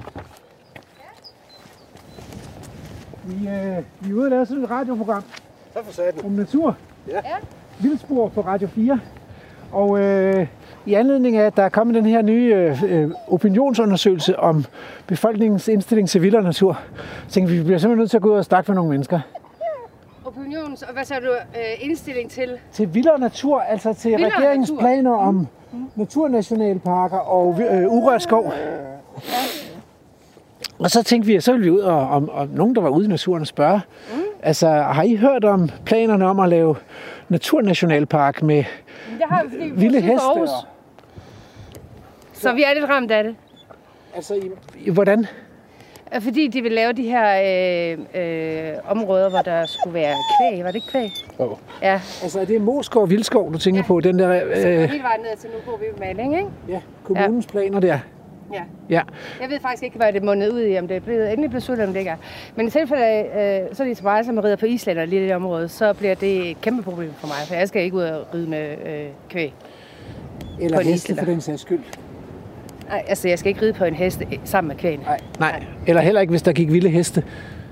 Vi er ude og lave sådan et radioprogram om natur. Ja. Vildspor på Radio 4. Og i anledning af, at der er kommet den her nye opinionsundersøgelse om befolkningens indstilling til vild og natur, så tænkte vi bliver simpelthen nødt til at gå ud og snakke med nogle mennesker. Hvad sagde du? Indstilling til? Til vild og natur, altså til regeringens planer om naturnationalparker og urørt skov. Og så tænkte vi, at så ville vi ud og nogen, der var ude i naturen, og spørge. Altså, har I hørt om planerne om at lave naturnationalpark med vilde heste? Så vi er lidt ramt af det. Altså, hvordan? Fordi de vil lave de her områder, hvor der skulle være kvæg. Var det ikke kvæg? Ja. Altså, er det Moskov og Vildskov, du tænker på? Den der, hele vejen ned til nu på Maling, ikke? Ja, kommunens planer der. Ja. Jeg ved faktisk ikke, hvad det mundede ud i, om det er blevet endelig besluttet, om det ikke er. Men i tilfælde af, så er de så meget, som rider på Island og lige det område, så bliver det et kæmpe problem for mig, for jeg skal ikke ud og ride med kvæg. Eller heste for den sags skyld. Nej, altså jeg skal ikke ride på en hest sammen med kvægene. Nej. Eller heller ikke, hvis der gik vilde heste.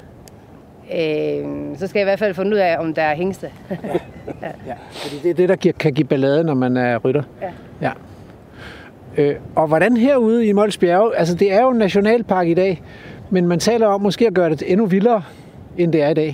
Så skal jeg i hvert fald finde ud af, om der er hængste. Ja, fordi det er det, der kan give ballade, når man er rytter. Ja. Og hvordan herude i Mols Bjerge, altså det er jo en nationalpark i dag, men man taler om måske at gøre det endnu vildere, end det er i dag.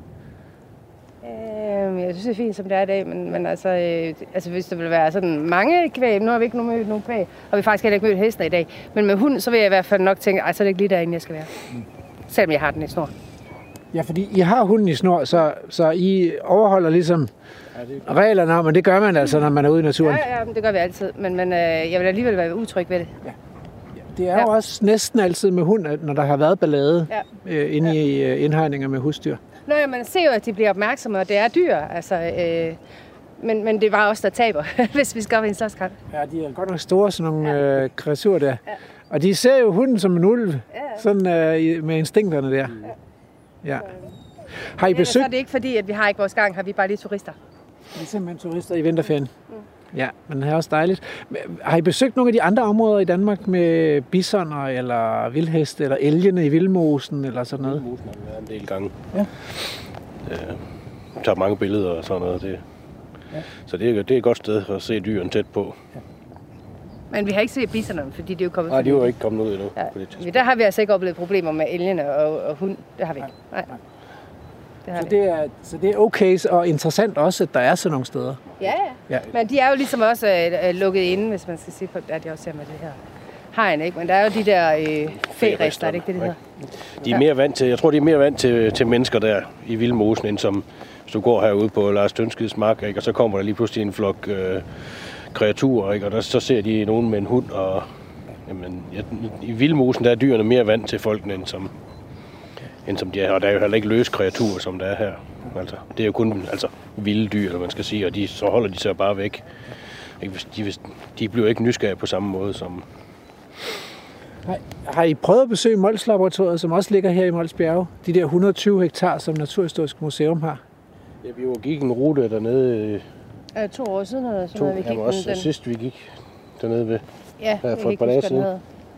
Jeg synes, det er fint, som det er i dag, men altså hvis der vil være sådan mange kvæg, nu har vi ikke mødt nogen kvæg, og vi faktisk heller ikke mødt hester i dag, men med hund, så vil jeg i hvert fald nok tænke, så er det ikke lige derinde, jeg skal være. Selvom jeg har den i snor. Ja, fordi I har hunden i snor, så I overholder ligesom reglerne om, men det gør man altså, når man er ude i naturen. Ja, det gør vi altid, men jeg vil alligevel være utryg ved det. Ja. Det er jo også næsten altid med hund, når der har været ballade inde i indhegninger med husdyr. Nå ja, man ser jo, at de bliver opmærksomme, og det er dyr, altså, men det var også der taber, hvis vi skal op i en slåskamp. Ja, de er godt nok store, sådan nogle kreaturer der. Ja. Og de ser jo hunden som en ulv, sådan med instinkterne der. Ja. Har I besøgt? Så er det ikke fordi, at vi har ikke vores gang, har vi bare lige turister. Vi er simpelthen turister i vinterferien. Ja, men det er også dejligt. Har I besøgt nogle af de andre områder i Danmark med bisoner eller vildheste eller elgene i Vildmosen eller sådan noget? Vildmosen har været en del gange. Ja. Tager mange billeder og sådan noget. Så det er et godt sted at se dyrene tæt på. Ja. Men vi har ikke set bisonerne, fordi de er jo kommet. Nej, de er jo ikke kommet ud endnu. Ja. Der har vi altså ikke oplevet problemer med elgene og hund. Det har vi ikke. Nej. Så det er okay og interessant også, at der er sådan nogle steder. Ja. Men de er jo ligesom også lukket inde, hvis man skal sige på, at de også ser med det her hegn, ikke? Men der er jo de der færester, er det ikke det, hedder? De er mere vant til, jeg tror, de er mere vant til mennesker der i Vildmosen, end som hvis du går herude på Lars Dønskids mark, ikke? Og så kommer der lige pludselig en flok kreaturer, ikke? Og så ser de nogen med en hund, og i Vildmosen der er dyrene mere vant til folkene, end som de er, og der er jo heller ikke løse kreaturer, som der er her. Altså, det er jo kun vilde dyr, eller man skal sige, og så holder de sig bare væk. De bliver ikke nysgerrige på samme måde som... Har I prøvet at besøge Mols-laboratoriet, som også ligger her i Mols Bjerge? De der 120 hektar, som Naturhistorisk Museum har? Ja, vi gik en rute dernede... 2 år siden, eller sådan noget, vi gik også den... sidst vi gik dernede ved. Ja, her for et par dage siden.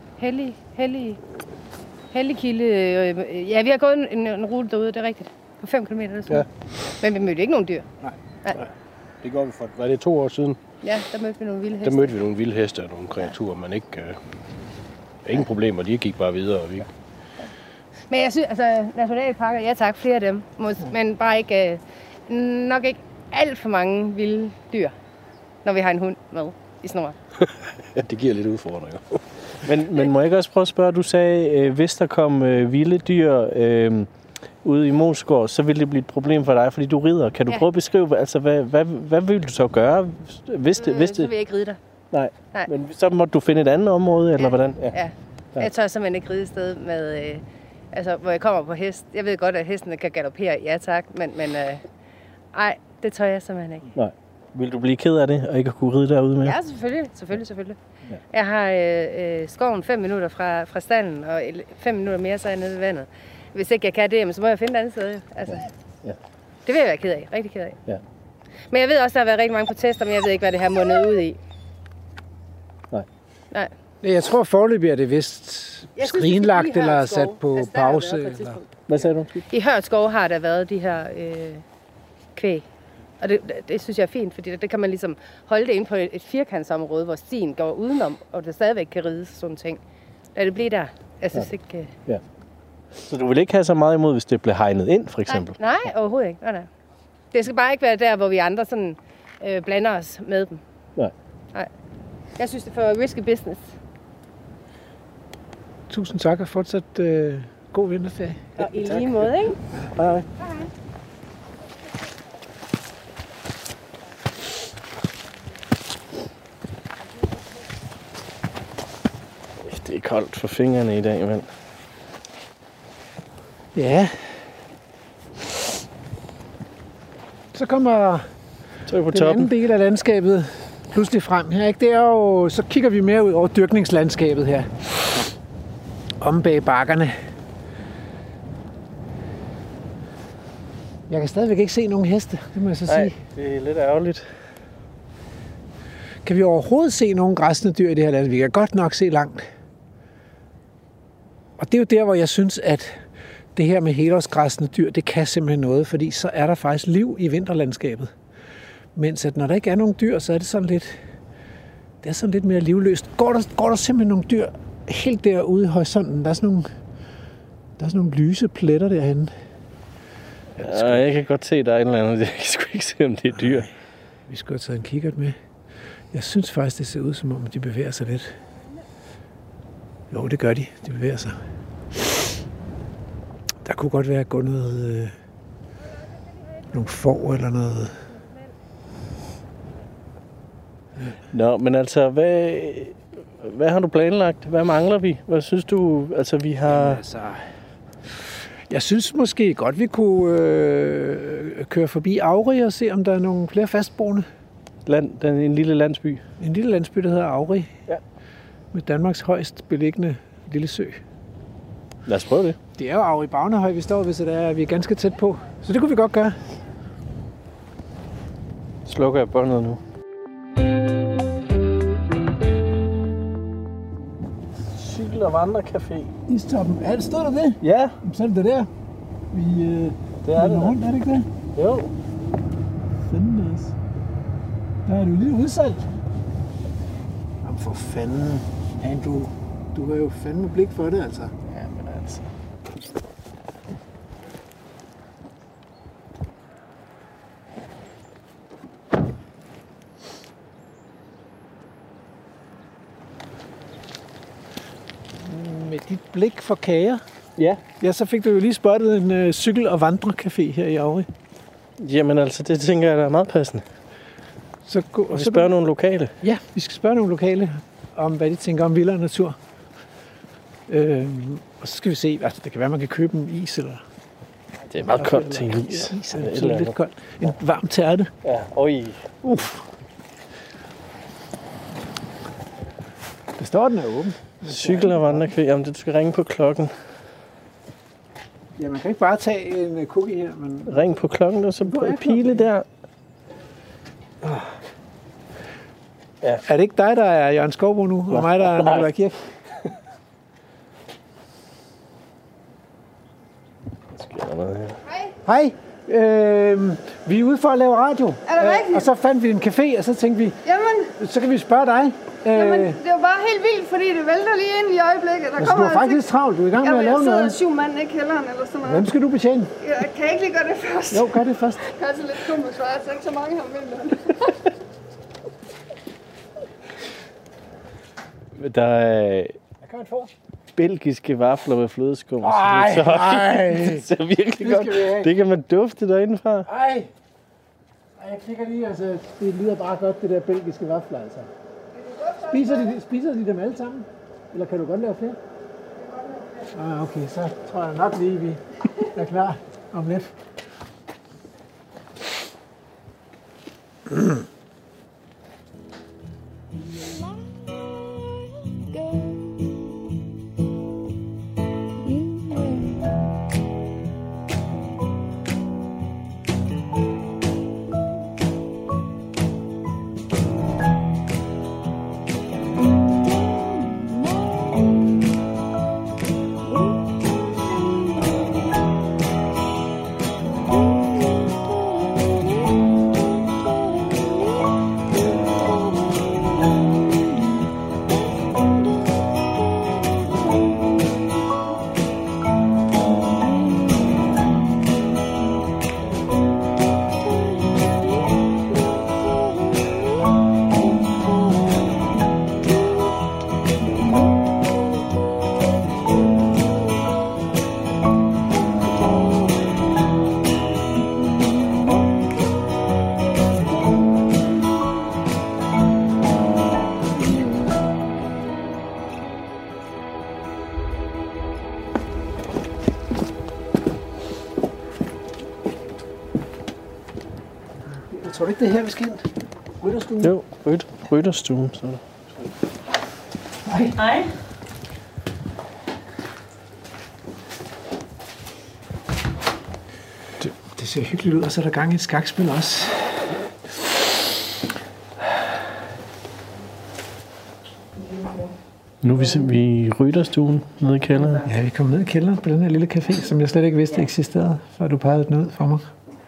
Helligkilde. Ja, vi har gået en rute derude, det er rigtigt. På 5 km eller sådan. Ja. Men vi mødte ikke nogen dyr. Nej. Det går vi for, var det 2 år siden? Ja, der mødte vi nogle vilde heste. Der mødte vi nogle vilde heste og nogle kreaturer, men ikke... ingen problemer, de gik bare videre. Og vi... Men jeg synes, altså nationalparker, ja tak, flere af dem. Men bare ikke... nok ikke alt for mange vilde dyr, når vi har en hund med i snor. Ja, det giver lidt udfordringer. Men må jeg ikke også prøve at spørge, du sagde, hvis der kom vilde dyr ude i Moskov, så ville det blive et problem for dig, fordi du rider. Kan du prøve at beskrive, altså, hvad vil du så gøre, hvis det... Så vil jeg ikke ride dig. Nej. Men så må du finde et andet område, eller hvordan? Ja. Jeg tør simpelthen ikke ride et sted med... hvor jeg kommer på hest. Jeg ved godt, at hestene kan galoppere, ja tak, men ej, det tør jeg simpelthen ikke. Nej. Vil du blive ked af det, og ikke at kunne ride derude med? Ja, selvfølgelig. Ja. Jeg har skoven 5 minutter fra stallen, og 5 minutter mere, så er jeg nede ved vandet. Hvis ikke jeg kan det, så må jeg finde et andet sted. Altså. Ja. Det vil jeg være ked af, rigtig ked af. Ja. Men jeg ved også, der har været rigtig mange protester, men jeg ved ikke, hvad det her måned ud i. Nej. Jeg tror foreløbig er det vist skrinlagt eller sat på pause. Eller... Hvad sagde du? I Hørskov har der været de her kvæg. Og det synes jeg er fint, fordi det kan man ligesom holde det inde på et firkantsområde, hvor stien går udenom, og det stadigvæk kan rides sådan nogle ting. Lad det blive der. Jeg synes ikke... Ja. Så du vil ikke have så meget imod, hvis det blev hegnet ind, for eksempel? Nej, overhovedet ikke. Nej. Det skal bare ikke være der, hvor vi andre sådan blander os med dem. Nej. Jeg synes, det er for risky business. Tusind tak, og fortsat god vinterferie. Og i lige måde, ikke? Hej. Det er koldt for fingrene i dag, mand. Ja. Så kommer den anden del af landskabet pludselig frem her, ikke? Det er jo, så kigger vi mere ud over dyrkningslandskabet her. Om bag bakkerne. Jeg kan stadigvæk ikke se nogen heste, det må jeg så sige. Nej, det er lidt ærgerligt. Kan vi overhovedet se nogen græssende dyr i det her land? Vi kan godt nok se langt. Og det er jo der, hvor jeg synes, at det her med helårsgræssende dyr, det kan simpelthen noget, fordi så er der faktisk liv i vinterlandskabet. Mens at når der ikke er nogen dyr, så er det sådan lidt mere livløst. Går der simpelthen nogle dyr helt derude i horisonten? Der er sådan nogle lyse pletter derhenne. Ja, jeg kan godt se, der er et eller andet. Jeg kan sgu ikke se, om det er dyr. Vi skulle have taget en kikkert med. Jeg synes faktisk, det ser ud, som om de bevæger sig lidt. Jo, det gør de. De bevæger sig. Der kunne godt være at gå noget... nogle får eller noget... Nå, men altså, hvad har du planlagt? Hvad mangler vi? Hvad synes du, altså vi har... Jamen, altså, jeg synes måske godt, vi kunne køre forbi Auri og se, om der er nogle flere fastboende. En lille landsby? En lille landsby, der hedder Auri. Ja. Med Danmarks højst beliggende lille sø. Lad os prøve det. Det er jo Auri Bagnehøj, vi står ved, så vi er ganske tæt på. Så det kunne vi godt gøre. Slukker jeg båndet nu. Cykel- og vandrecafé. Istoppen. Ja, stod der det? Ja. Så er det der. Det er det rundt, er det ikke det? Jo. Fanden også. Der er du lige udsalgt. Jamen for fanden. Andrew, du har jo fandme blik for det, altså. Ja, men altså. Med dit blik for kager. Ja. Ja, så fik du jo lige spottet en cykel- og vandrecafé her i Auri. Jamen altså, det tænker jeg, der er meget passende. Så vi spørger nogle lokale. Ja, vi skal spørge nogle lokale om, hvad de tænker om vildere natur. Og så skal vi se, altså det kan være, man kan købe en is, eller... Det er meget koldt til en is. Ja, is er sådan lidt koldt. En varm tærte. Ja, oj. Der står, den er åben. Cykel- og vandrecafé, jamen du skal ringe på klokken. Ja, man kan ikke bare tage en cookie her, men... Ring på klokken, og så på en pile der. Ja. Er det ikke dig, der er Jørgen Skovbo nu, og mig, der er Nicolai Kirk? Hej. Vi er ude for at lave radio. Er det rigtigt? Og så fandt vi en café, og så tænkte vi, så kan vi spørge dig. Jamen, det var bare helt vildt, fordi det vælter lige ind i øjeblikket. Der kommer du er faktisk travlt, du er i gang med at lave noget. Jeg sidder 7 mand i kælderen eller sådan noget. Hvem skal du betjene? Kan jeg ikke lige gøre det først? Jo, gør det først. Jeg er altså lidt dum, så jeg er ikke så mange her vinteren. Der er... Jeg kan få. Belgiske vafler med flødeskum. Ej. Det ser virkelig godt. Det kan man dufte derindefra. Ej, jeg klikker lige, altså, det lyder bare godt, det der belgiske vafler, altså. Spiser de dem alle sammen? Eller kan du godt lave flere? Okay, så tror jeg nok lige, vi er klar om lidt. tror du ikke, det er her, vi skal ind? Rytterstuen? Jo, rytterstuen. Så. Hej. Det ser hyggeligt ud, og så er der gang i et skakspil også. Nu er vi i rytterstuen nede i kælderen. Ja, vi kommer ned i kælderen på den her lille café, som jeg slet ikke vidste eksisterede, før du pegede den ud for mig.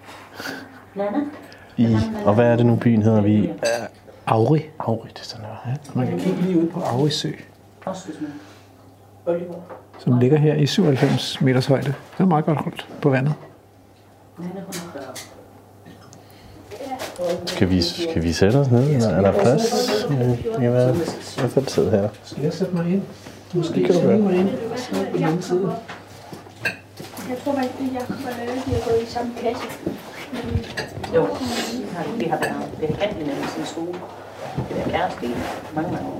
Og hvad er det nu, byen hedder vi? Auri. Auri, det er sådan her. Ja, man kan kigge lige ud på Auri Sø, som ligger her i 97 meters højde. Det er meget godt holdt på vandet. Skal vi sætte os ned? Er der plads? Jeg vil sidde her. Skal jeg sætte mig ind? Måske kan du gøre. mig ind. Så på den anden side. Jeg tror faktisk, at Jacob og Lalle, de har gået i samme klasse. Jo, det har været. Det kan vi nemlig sin skole. Det er kæreste i mange år.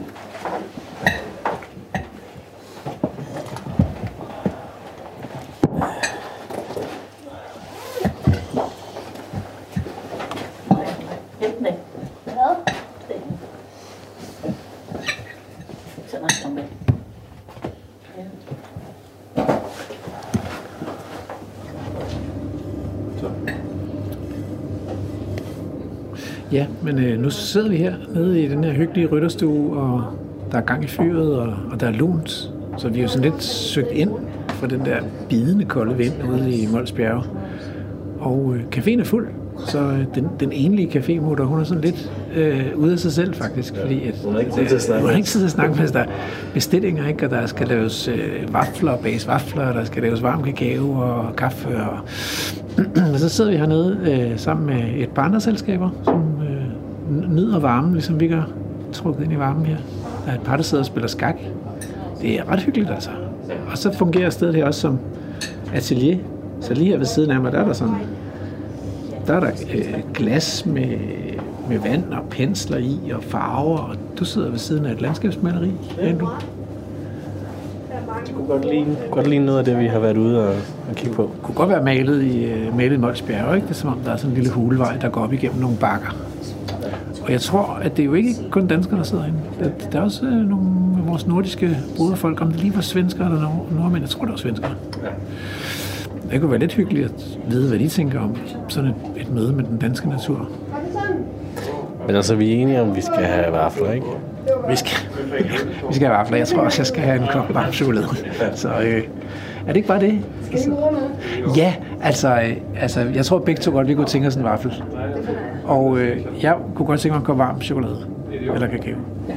Ja, men nu sidder vi her nede i den her hyggelige rytterstue, og der er gang i fyret, og der er lunt. Så vi er jo sådan lidt søgt ind for den der bidende kolde vind ude i Mols Bjerge. Og caféen er fuld, så den enlige cafémutter, hun er sådan lidt ude af sig selv faktisk. Fordi hun har ikke tid til at snakke. Hun har ikke tid til at snakke, mens der er bestillinger, ikke? Og der skal laves vafler, bages vafler, der skal laves varm kakao og kaffe. Og så sidder vi hernede sammen med et par andre selskaber, som nyder varmen, ligesom vi gør, trukket ind i varmen her. Der er et par, der sidder og spiller skak. Det er ret hyggeligt altså. Og så fungerer stedet her også som atelier. Så lige her ved siden af mig, der er der glas med vand og pensler i og farver, og du sidder ved siden af et landskabsmaleri. Du? Det kunne godt ligne noget af det, vi har været ude og kigge på. Det kunne godt være malet i Mols Bjerge, ikke? Det er som om, der er sådan en lille hulevej, der går op igennem nogle bakker. Og jeg tror, at det er jo ikke kun danskere, der sidder inde. Der er også nogle af vores nordiske broderfolk, om det lige var svenskere eller nordmænd. Jeg tror, det var svenskere. Ja. Det kunne være lidt hyggeligt at vide, hvad de tænker om sådan et møde med den danske natur. Men altså, vi er enige om, at vi skal have vafler, ikke? Vi skal have vafler. Jeg tror også, jeg skal have en kop varm chokolade. Så er det ikke bare det? Ja, altså jeg tror begge to godt, vi kunne tænke os en vaffel. Og jeg kunne godt tænke mig en kop varm chokolade. Eller kakao.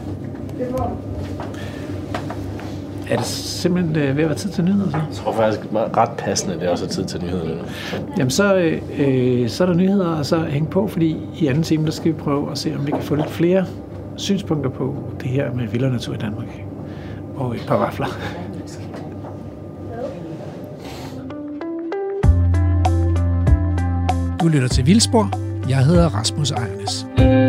Er det simpelthen ved at være tid til nyheder? Så? Jeg tror faktisk ret passende, at det også er tid til nyheder nu. Jamen så er der nyheder, og så hænge på, fordi i anden time, der skal vi prøve at se, om vi kan få lidt flere synspunkter på det her med vild natur i Danmark. Og et par vafler. Du lytter til Vildspor. Jeg hedder Rasmus Ejernes.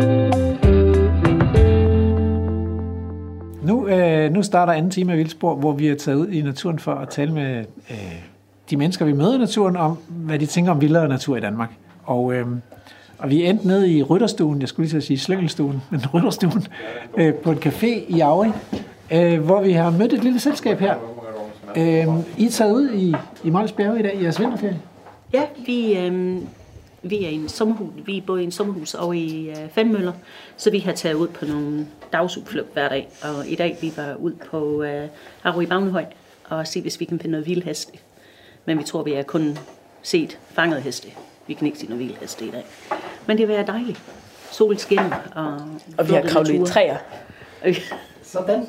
Nu starter anden time af Vildspor, hvor vi er taget ud i naturen for at tale med de mennesker, vi møder i naturen, om hvad de tænker om vildere natur i Danmark. Og vi er endt nede i rytterstuen, jeg skulle lige så sige slyngelstuen, men rytterstuen, på en café i Auri, hvor vi har mødt et lille selskab her. I er taget ud i Mols Bjerge i dag i jeres vinterferie? Ja, vi er i en sommerhus. Vi er både i en sommerhus og i Fandmøller, så vi har taget ud på nogle dagsudflugt hver dag. Og i dag vi var ud på Auri Bagnehøj og se, hvis vi kan finde noget vildheste. Men vi tror, vi har kun set fanget heste. Vi kan ikke se noget vildheste i dag. Men det har været dejligt. Sol skinner og vi har kravlet i træer. Sådan.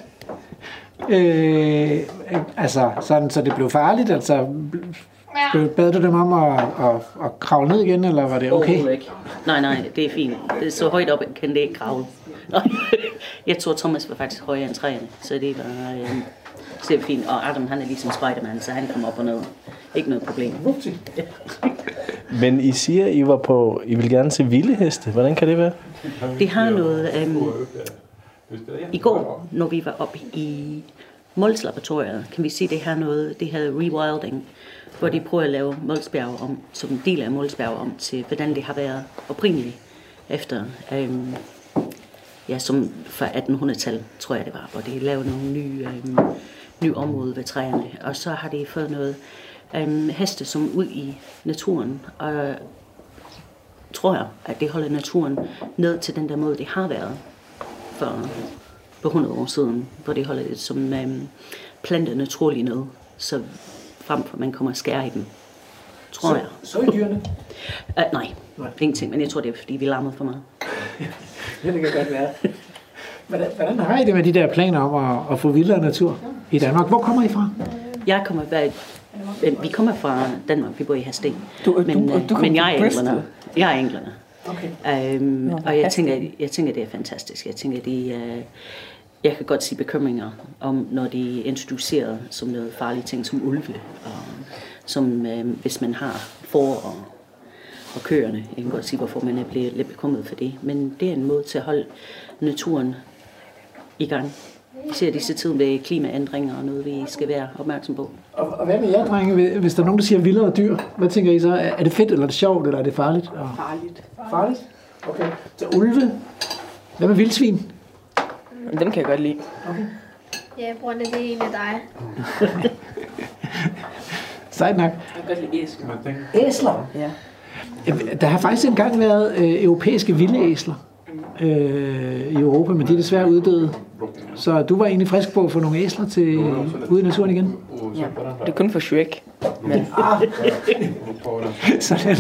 Altså, sådan, så det blev farligt, altså... Bad du dem om at kravle ned igen, eller var det okay? Ikke. Nej, det er fint. Det er så højt op, kan det ikke kravle. Jeg tror, Thomas var faktisk højere end træerne, så det var fint. Og Adam, han er ligesom Spiderman, så han kommer op og ned. Ikke noget problem. Men I siger, I vil gerne se vilde heste. Hvordan kan det være? Det har noget... I går, når vi var oppe i Mols Laboratoriet, kan vi sige, det her noget, det hedder rewilding, hvor de prøver at lave Mols Bjerge om, som en del af Mols Bjerge om, til hvordan det har været oprindeligt. efter, som fra 1800-tallet, tror jeg det var, hvor de lavede nogle nye områder ved træerne. Og så har de fået noget heste som ud i naturen, og tror jeg, at det holder naturen ned til den der måde, det har været for 100 år siden, hvor de holder det som planter naturligt ned, så frem for man kommer og skære i dem, tror jeg. Så i dyrene? Nej, ingenting, men jeg tror, det er, fordi vi larmede for meget. Det kan godt være. Hvordan har I det med de der planer om at få vildere natur i Danmark? Hvor kommer I fra? Vi kommer fra Danmark, vi bor i Hadsten, men jeg er englænder. Jeg er englænder. Okay. Og jeg tænker, det er fantastisk. Jeg tænker, jeg kan godt sige bekymringer om, når de er introduceret som noget farlige ting, som ulve, og som hvis man har får og køerne. Jeg kan godt sige, hvorfor man er blevet lidt bekymret for det. Men det er en måde til at holde naturen i gang. Vi ser disse tider med klimaændringer og noget, vi skal være opmærksom på. Og hvad med jer, drenge? Hvis der er nogen, der siger vildere dyr, hvad tænker I så? Er det fedt, eller er det sjovt, eller er det farligt? Farligt. Farligt? Okay. Så ulve. Hvad med vildsvin? Dem kan jeg godt lide. Okay. Ja, Brunne, det er egentlig dig. Sejt nok. Jeg kan godt lide æsler. Æsler? Ja. Der har faktisk engang været europæiske vilde æsler i Europa, men de er desværre uddøde. Så du var egentlig frisk på at få nogle æsler til ude i naturen igen? Ja, det er kun for Shrek. Men... Sådan.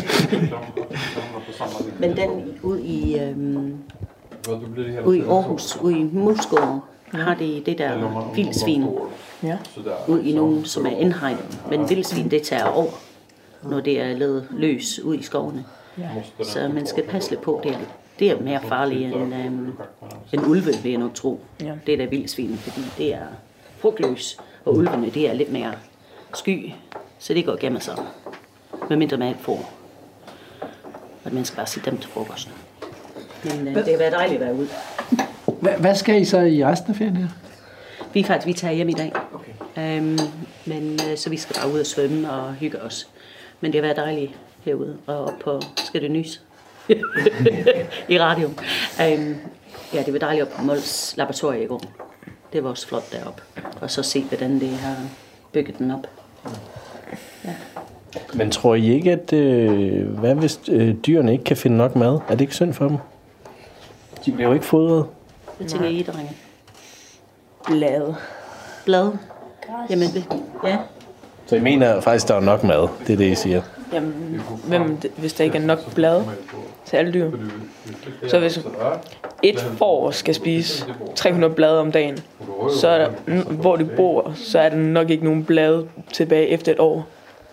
Men den ude i Aarhus, ude i Moskva, har de det der vildsvin. Ja. Ud i nogen, som er indhegnet. Men vildsvin, det tager over, når det er lavet løs ud i skovene. Ja. Så man skal passe lidt på. Det er mere farligt end ulve, vil jeg nok tro. Ja. Det er der vildsvin, fordi det er frugtløs, og ulvene, det er lidt mere sky, så det går gennem sig. Med mindre man får. Og man skal bare sige dem til frokost. Men det har været dejligt at være ude. Hvad skal I så i resten af ferien her? Vi tager hjem i dag. Okay. Så vi skal bare ud og svømme og hygge os. Men det har været dejligt herude og op på Skal det nys? I radio. Ja, det var dejligt op på Mols laboratorie i går. Det var også flot deroppe. Og så se, hvordan det har bygget den op. Ja. Men tror I ikke, at hvad hvis dyrene ikke kan finde nok mad? Er det ikke synd for dem? De bliver jo ikke fodret. Hvad tænker I, drenge? Blade. Blade? Jamen, ja. Så I mener faktisk, der er nok mad? Det er det, I siger? Jamen, hvis der ikke er nok blade til alle dyr. Så hvis et får skal spise 300 blade om dagen, så er der, hvor de bor, så er der nok ikke nogen blade tilbage efter et år.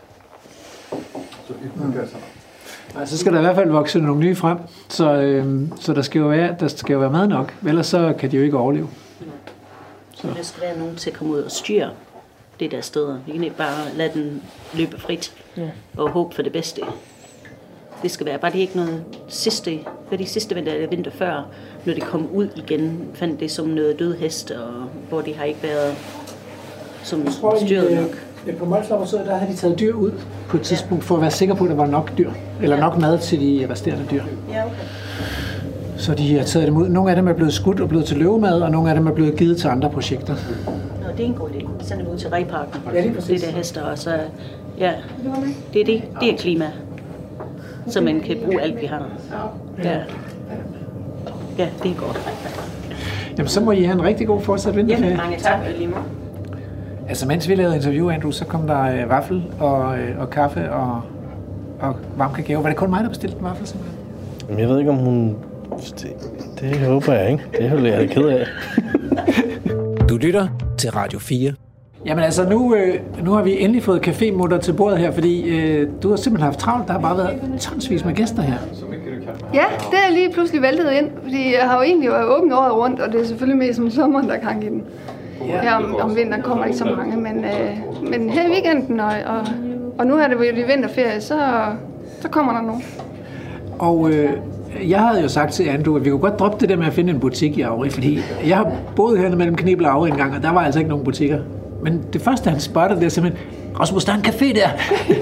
Så skal der i hvert fald vokse nogle nye frem, så der skal jo være mad nok, ellers så kan de jo ikke overleve. Så der skal være nogen til at komme ud og styre det der steder. Vi kan ikke bare lade den løbe frit og håbe for det bedste. Det skal være bare det ikke noget sidste vinter før, når de kom ud igen, fandt det som noget død hest, og hvor de har ikke været som styret nok. På Mols Laboratoriet, der har de taget dyr ud på et tidspunkt, for at være sikre på, at der var nok dyr, eller nok mad til de resterende dyr. Ja, okay. Så de har taget dem ud. Nogle af dem er blevet skudt og blevet til løvemad, og nogle af dem er blevet givet til andre projekter. Nå, det er en god idé. Send dem ud til Rejparken. Ja, det er præcis. Det der hester, og så, ja, det er det. Det er klima. Så man kan bruge alt, vi har. Ja, ja, det er godt. Jamen, så må I have en rigtig god fortsat vinterferie. Ja, mange tak. Altså, mens vi lavede interview, Andrew, så kom der vaffel og kaffe og varm kakao. Var det kun mig, der bestilte en vaffel, simpelthen? Jamen, jeg ved ikke, om hun... Det håber jeg ikke. Det er jeg ked af. Du lytter til Radio 4. Jamen altså, nu har vi endelig fået cafémutter til bordet her, fordi du har simpelthen haft travlt. Der har bare været tonsvis med gæster her. Ja, det er lige pludselig væltet ind, fordi jeg har jo egentlig været åben året rundt, og det er selvfølgelig mest om sommeren, der er gang i den. Ja, om vinteren kommer ikke så mange, men her i weekenden, og nu er det jo vinterferie, så kommer der nogen. Og jeg havde jo sagt til Andrew, at vi kunne godt droppe det der med at finde en butik i Agri, fordi jeg har boet her mellem Knebel og Agri en gang, og der var altså ikke nogen butikker. Men det første, han spottede, det er simpelthen, Rasmus, der er en café der.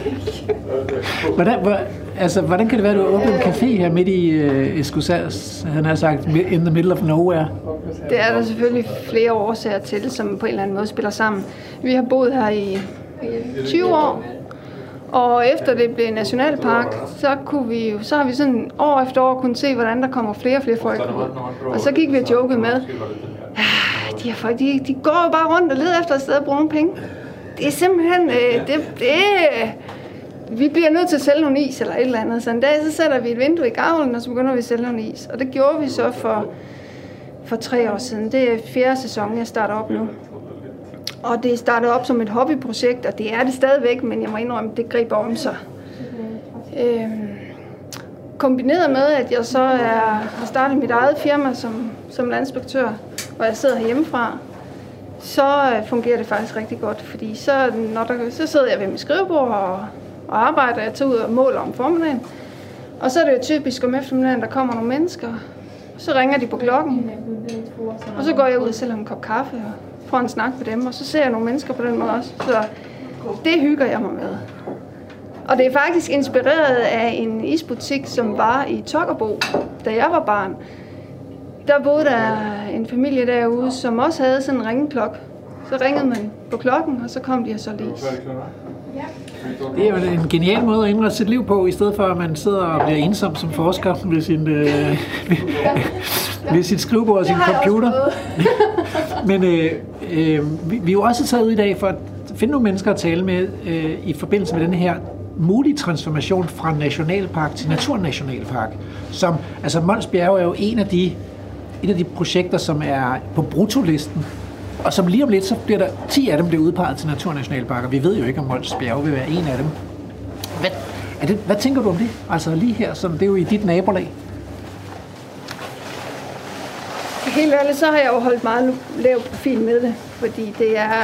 Hvordan kan det være, at du har åbnet en café her midt i Escosas, han har sagt, in the middle of nowhere? Det er der selvfølgelig flere årsager til, som på en eller anden måde spiller sammen. Vi har boet her i 20 år, og efter det blev nationalpark, så har vi sådan år efter år kunnet se, hvordan der kommer flere og flere folk. Og så gik vi og jokede med, de her folk, de går jo bare rundt og leder efter et sted at bruge nogle penge. Det er simpelthen, vi bliver nødt til at sælge nogle is eller et eller andet. Så en dag, så sætter vi et vindue i gavlen, og så begynder vi at sælge nogle is. Og det gjorde vi så for 3 år siden. Det er 4. sæson, jeg starter op nu. Og det startede op som et hobbyprojekt, og det er det stadigvæk, men jeg må indrømme, at det griber om sig. Kombineret med, at jeg så har startet mit eget firma som landinspektør, hvor jeg sidder hjemmefra, så fungerer det faktisk rigtig godt, fordi så sidder jeg ved mit skrivebord og arbejder. Jeg tager ud og måler om formiddagen, og så er det jo typisk om eftermiddagen, der kommer nogle mennesker, og så ringer de på klokken, og så går jeg ud og sælger en kop kaffe og får en snak med dem, og så ser jeg nogle mennesker på den måde også, så det hygger jeg mig med. Og det er faktisk inspireret af en isbutik, som var i Tokkerbo, da jeg var barn. Der boede der en familie derude, som også havde sådan en ringeklokke. Så ringede man på klokken, og så kom de og solgte is. Det er jo en genial måde at indrette sit liv på, i stedet for at man sidder og bliver ensom som forsker ved sit skrivebord og sin computer. Men vi er jo også taget ud i dag for at finde nogle mennesker at tale med i forbindelse med den her mulige transformation fra nationalpark til naturnationalpark. Altså Mols Bjerge er jo et af de projekter, som er på bruttolisten, og som lige om lidt, så bliver der 10 af dem bliver udpeget til naturnationalparker. Vi ved jo ikke, om Mols Bjerge vil være en af dem. Hvad tænker du om det? Altså lige her, som det er jo i dit nabolag. Helt ærligt, så har jeg jo holdt meget lav profil med det, fordi det er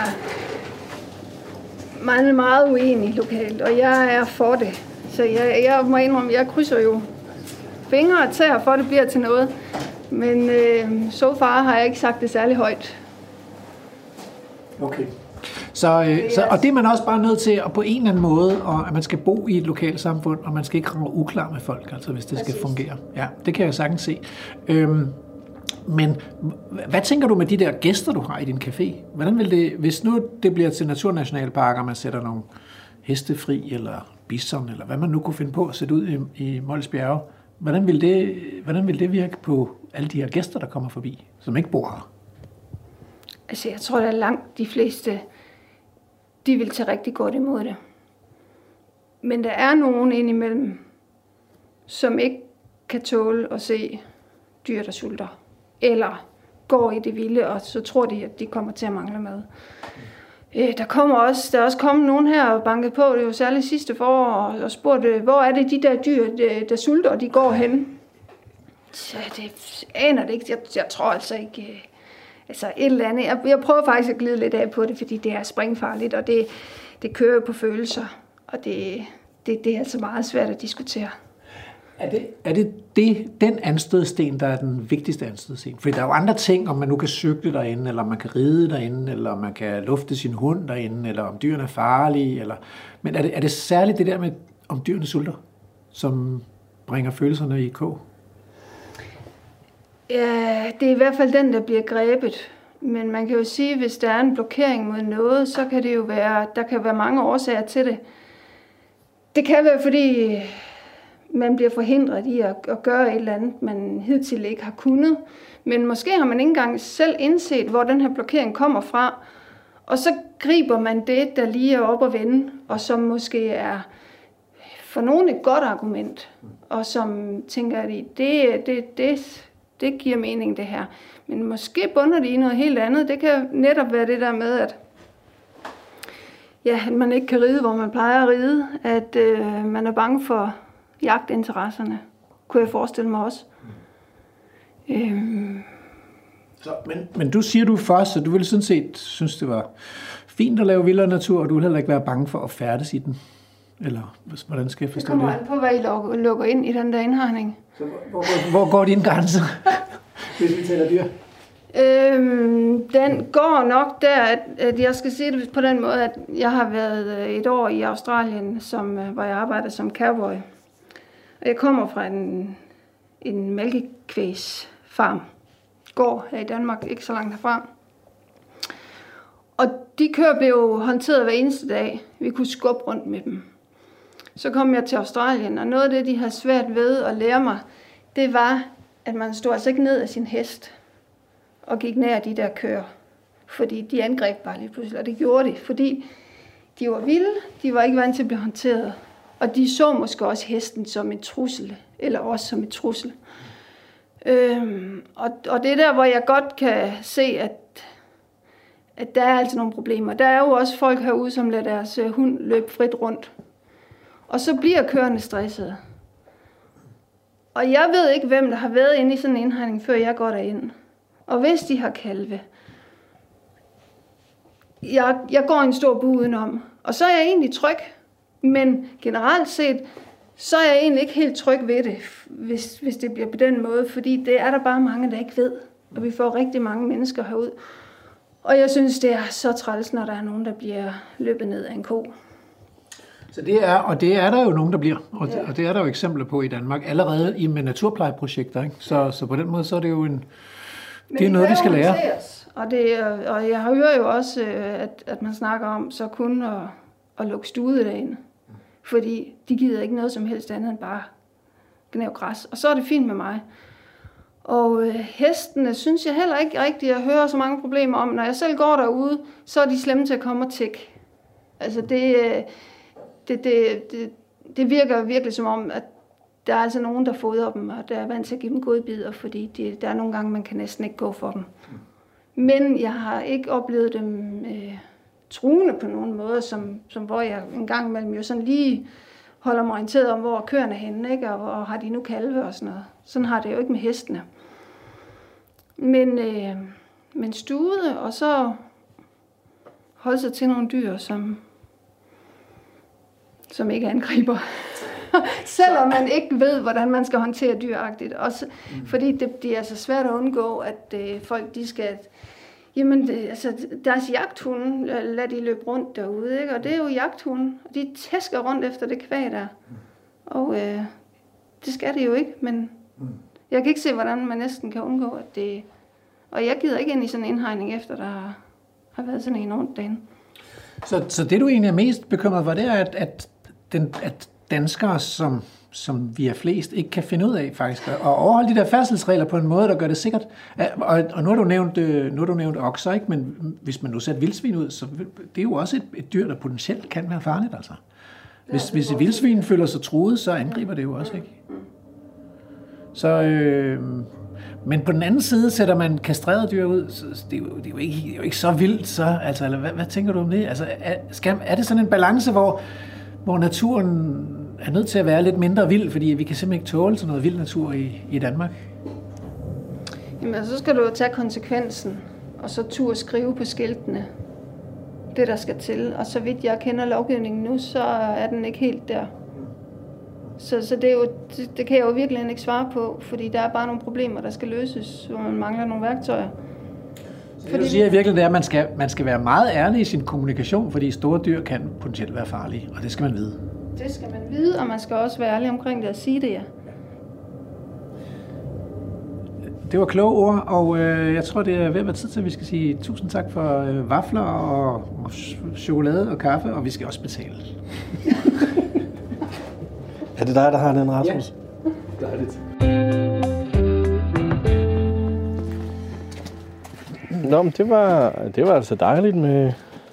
meget uenig lokalt, og jeg er for det. Så jeg må indrømme, jeg krydser jo fingre og tæer for, at det bliver til noget. Men so far har jeg ikke sagt det særlig højt. Okay. Og det er man også bare nødt til at på en eller anden måde, og at man skal bo i et lokalt samfund, og man skal ikke ramme uklar med folk, altså hvis det skal fungere. Ja, det kan jeg sagtens se. Men hvad tænker du med de der gæster, du har i din café? Hvordan vil det, hvis nu det bliver til naturnationalparker, og man sætter nogle heste fri, eller bison, eller hvad man nu kunne finde på at sætte ud i Mols Bjerge, hvordan vil det virke på alle de her gæster, der kommer forbi, som ikke bor her? Altså, jeg tror, at langt de fleste, de vil tage rigtig godt imod det. Men der er nogen indimellem, som ikke kan tåle at se dyr, der sulter. Eller går i det vilde, og så tror de, at de kommer til at mangle mad. Der er også kommet nogen her og banket på, det var særligt sidste forår, og spurgte, hvor er det de der dyr, der sulter, og de går hen? Så det aner det ikke. Jeg tror altså ikke. Altså et eller andet. Jeg prøver faktisk at glide lidt af på det, fordi det er springfarligt, og det kører på følelser, og det er altså meget svært at diskutere. Er det den anstødsten, der er den vigtigste anstødsten? For der er jo andre ting, om man nu kan cykle derinde, eller om man kan ride derinde, eller om man kan lufte sin hund derinde, eller om dyrene er farlige. Men er det særligt det der med, om dyrene sulter, som bringer følelserne i kog? Ja, det er i hvert fald den, der bliver grebet. Men man kan jo sige, at hvis der er en blokering mod noget, så kan det jo være, der kan være mange årsager til det. Det kan være, fordi man bliver forhindret i at gøre et eller andet, man hidtil ikke har kunnet. Men måske har man ikke engang selv indset, hvor den her blokering kommer fra. Og så griber man det, der lige er op og vende, og som måske er for nogen et godt argument. Og som tænker, at det giver mening, det her. Men måske bunder det i noget helt andet. Det kan netop være det der med, at man ikke kan ride, hvor man plejer at ride. At man er bange for jagtinteresserne, kunne jeg forestille mig også. Men du siger du først, at du ville sådan set synes, det var fint at lave vildere natur, og du ville heller ikke være bange for at færdes i den? Eller hvordan skal jeg forstå det? Det kommer an på, hvad I lukker ind i den der indhegning. Hvor går dine grænser, hvis vi taler dyr? Den går nok der, at jeg skal sige det på den måde, at jeg har været et år i Australien, hvor jeg arbejder som cowboy. Og jeg kommer fra en mælkekvægsfarm, gård her i Danmark, ikke så langt herfra. Og de køer blev håndteret hver eneste dag. Vi kunne skubbe rundt med dem. Så kom jeg til Australien, og noget af det, de havde svært ved at lære mig, det var, at man stod altså ikke ned af sin hest og gik nær de der køer. Fordi de angreb bare lige pludselig, og det gjorde de, fordi de var vilde, de var ikke vant til at blive håndteret. Og de så måske også hesten som en trussel, eller også som en trussel. Og det er der, hvor jeg godt kan se, at der er altså nogle problemer. Der er jo også folk herude, som lader deres hund løbe frit rundt. Og så bliver køerne stressede. Og jeg ved ikke, hvem der har været inde i sådan en indhegning, før jeg går derind. Og hvis de har kalve, jeg går en stor bue udenom. Og så er jeg egentlig tryg. Men generelt set, så er jeg egentlig ikke helt tryg ved det, hvis det bliver på den måde. Fordi det er der bare mange, der ikke ved. Og vi får rigtig mange mennesker herud. Og jeg synes, det er så træls, når der er nogen, der bliver løbet ned af en ko. Så det er der jo nogen, der bliver, og det er der jo eksempler på i Danmark, allerede med naturplejeprojekter, ikke? Så på den måde, så er det jo det er noget, vi skal lære. Og jeg hører jo også, at man snakker om så kun at lukke stude derinde, fordi de gider ikke noget som helst andet end bare gnave græs, og så er det fint med mig. Og hestene synes jeg heller ikke rigtigt, at jeg hører så mange problemer om. Når jeg selv går derude, så er de slemme til at komme og tække. Altså det virker virkelig som om, at der er altså nogen, der fodrer dem, og der er vant til at give dem godbidder, fordi der er nogle gange, man kan næsten ikke gå for dem. Men jeg har ikke oplevet dem truende på nogen måde, som hvor jeg en gang imellem jo sådan lige holder mig orienteret om, hvor køerne er henne, ikke? Og har de nu kalve og sådan noget. Sådan har det jo ikke med hestene. Men stude, og så holde sig til nogle dyr, som ikke angriber. Selvom man ikke ved, hvordan man skal håndtere dyragtigt. Også fordi det er så svært at undgå, at folk de skal... Jamen, deres jagthunde, lad de løbe rundt derude, ikke? Og det er jo jagthunde. De tæsker rundt efter det kvæg der. Og det skal det jo ikke, men jeg kan ikke se, hvordan man næsten kan undgå, at det... Og jeg gider ikke ind i sådan en indhegning, efter der har været sådan en rundt derinde. Så det, du egentlig er mest bekymret for, det er, at danskere, som vi er flest, ikke kan finde ud af faktisk, at overholde de der færdselsregler på en måde, der gør det sikkert. Og nu har du nævnt okser, ikke? Men hvis man nu sætter vildsvin ud, så det er jo også et dyr, der potentielt kan være farligt, altså. Hvis et vildsvin føler sig truet, så angriber det jo også, ikke? Så, men på den anden side sætter man kastrerede dyr ud, så det er jo ikke så vildt, så, altså, eller hvad tænker du om det? Altså, er det sådan en balance, hvor naturen er nødt til at være lidt mindre vild, fordi vi kan simpelthen ikke tåle sådan noget vild natur i Danmark? Jamen, så skal du jo tage konsekvensen, og så turde skrive på skiltene det, der skal til. Og så vidt jeg kender lovgivningen nu, så er den ikke helt der. Så det kan jeg jo virkelig ikke svare på, fordi der er bare nogle problemer, der skal løses, hvor man mangler nogle værktøjer. Det du siger i virkeligheden, det er, at man skal være meget ærlig i sin kommunikation, fordi store dyr kan potentielt være farlige, og det skal man vide. Det skal man vide, og man skal også være ærlig omkring det og sige det, ja. Det var kloge ord, og jeg tror, det er ved at være tid til, at vi skal sige tusind tak for vafler og chokolade og kaffe, og vi skal også betale. Er det dig, der har den, Rasmus? Ja, dejligt. Nå, men det var altså dejligt med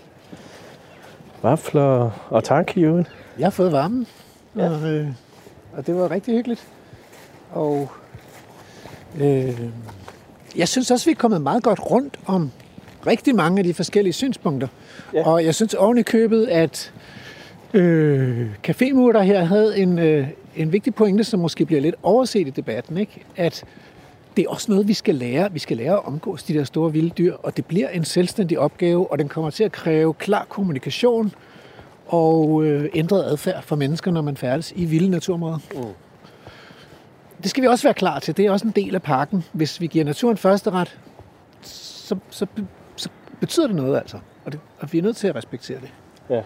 vafler og tak i øvrigt. Jeg har fået varmen, og det var rigtig hyggeligt. Og jeg synes også, vi er kommet meget godt rundt om rigtig mange af de forskellige synspunkter. Ja. Og jeg synes oven i købet, at Cafémutter her havde en vigtig pointe, som måske bliver lidt overset i debatten, ikke? At det er også noget, vi skal lære. Vi skal lære at omgås de der store vilde dyr, og det bliver en selvstændig opgave, og den kommer til at kræve klar kommunikation og ændret adfærd for mennesker, når man færdes i vilde naturområder. Det skal vi også være klar til. Det er også en del af pakken. Hvis vi giver naturen førsteret, så betyder det noget, altså. Og vi er nødt til at respektere det. Ja.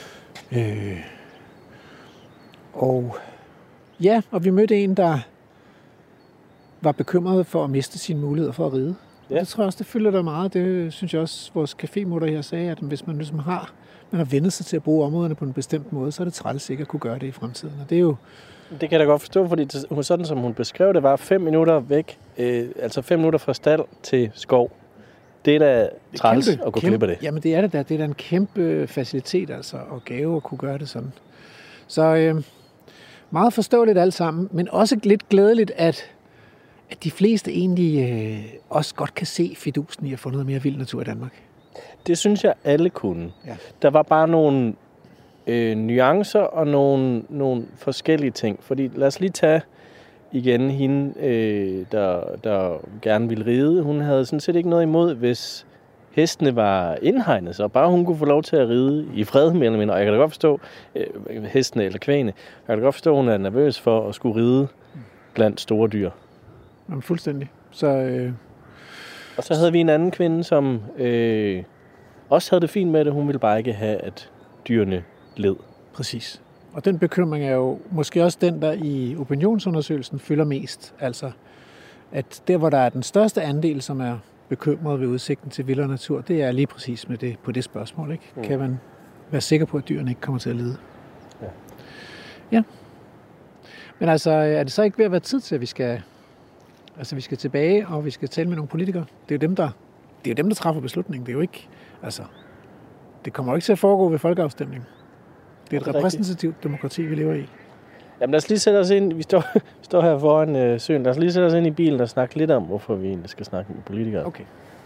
Og vi mødte en, der var bekymret for at miste sine muligheder for at ride. Ja. Det tror jeg også, det fylder der meget. Det synes jeg også, vores cafémutter her sagde, at hvis man ligesom man har vendt sig til at bruge områderne på en bestemt måde, så er det træls ikke at kunne gøre det i fremtiden. Og det er jo... Det kan jeg da godt forstå, fordi sådan som hun beskrev det, var 5 minutter væk, altså 5 minutter fra stald til skov. Det er da træls at gå glip af det. Jamen det er det da. Det er da en kæmpe facilitet, altså, og gave at kunne gøre det sådan. Så meget forståeligt alt sammen, men også lidt glædeligt, at de fleste egentlig også godt kan se fidusen i at få noget mere vild natur i Danmark. Det synes jeg alle kunne. Ja. Der var bare nogle nuancer og nogle forskellige ting. Fordi lad os lige tage igen hende, der gerne ville ride. Hun havde sådan set ikke noget imod, hvis hestene var indhegnet, så bare hun kunne få lov til at ride i fred mere eller mindre. Og jeg kan da godt forstå, hestene eller kvægene, jeg kan da godt forstå, hun er nervøs for at skulle ride blandt store dyr. Jamen, fuldstændig. Og så havde vi en anden kvinde, som også havde det fint med det. Hun ville bare ikke have, at dyrene led. Præcis. Og den bekymring er jo måske også den, der i opinionsundersøgelsen fylder mest. Altså, at der, hvor der er den største andel, som er bekymret ved udsigten til vildere natur, det er lige præcis med det, på det spørgsmål. Ikke? Kan man være sikker på, at dyrene ikke kommer til at lide? Ja. Men altså, er det så ikke ved at være tid til, at vi skal tilbage, og vi skal tale med nogle politikere? Det er jo dem, der træffer beslutningen. Det er jo ikke, altså, det kommer jo ikke til at foregå ved folkeafstemning. Det er et repræsentativt demokrati, vi lever i. Jamen lad os lige sætte os ind, vi står her foran søen, lad os lige sætte os ind i bilen og snakke lidt om, hvorfor vi egentlig skal snakke med politikere. Okay.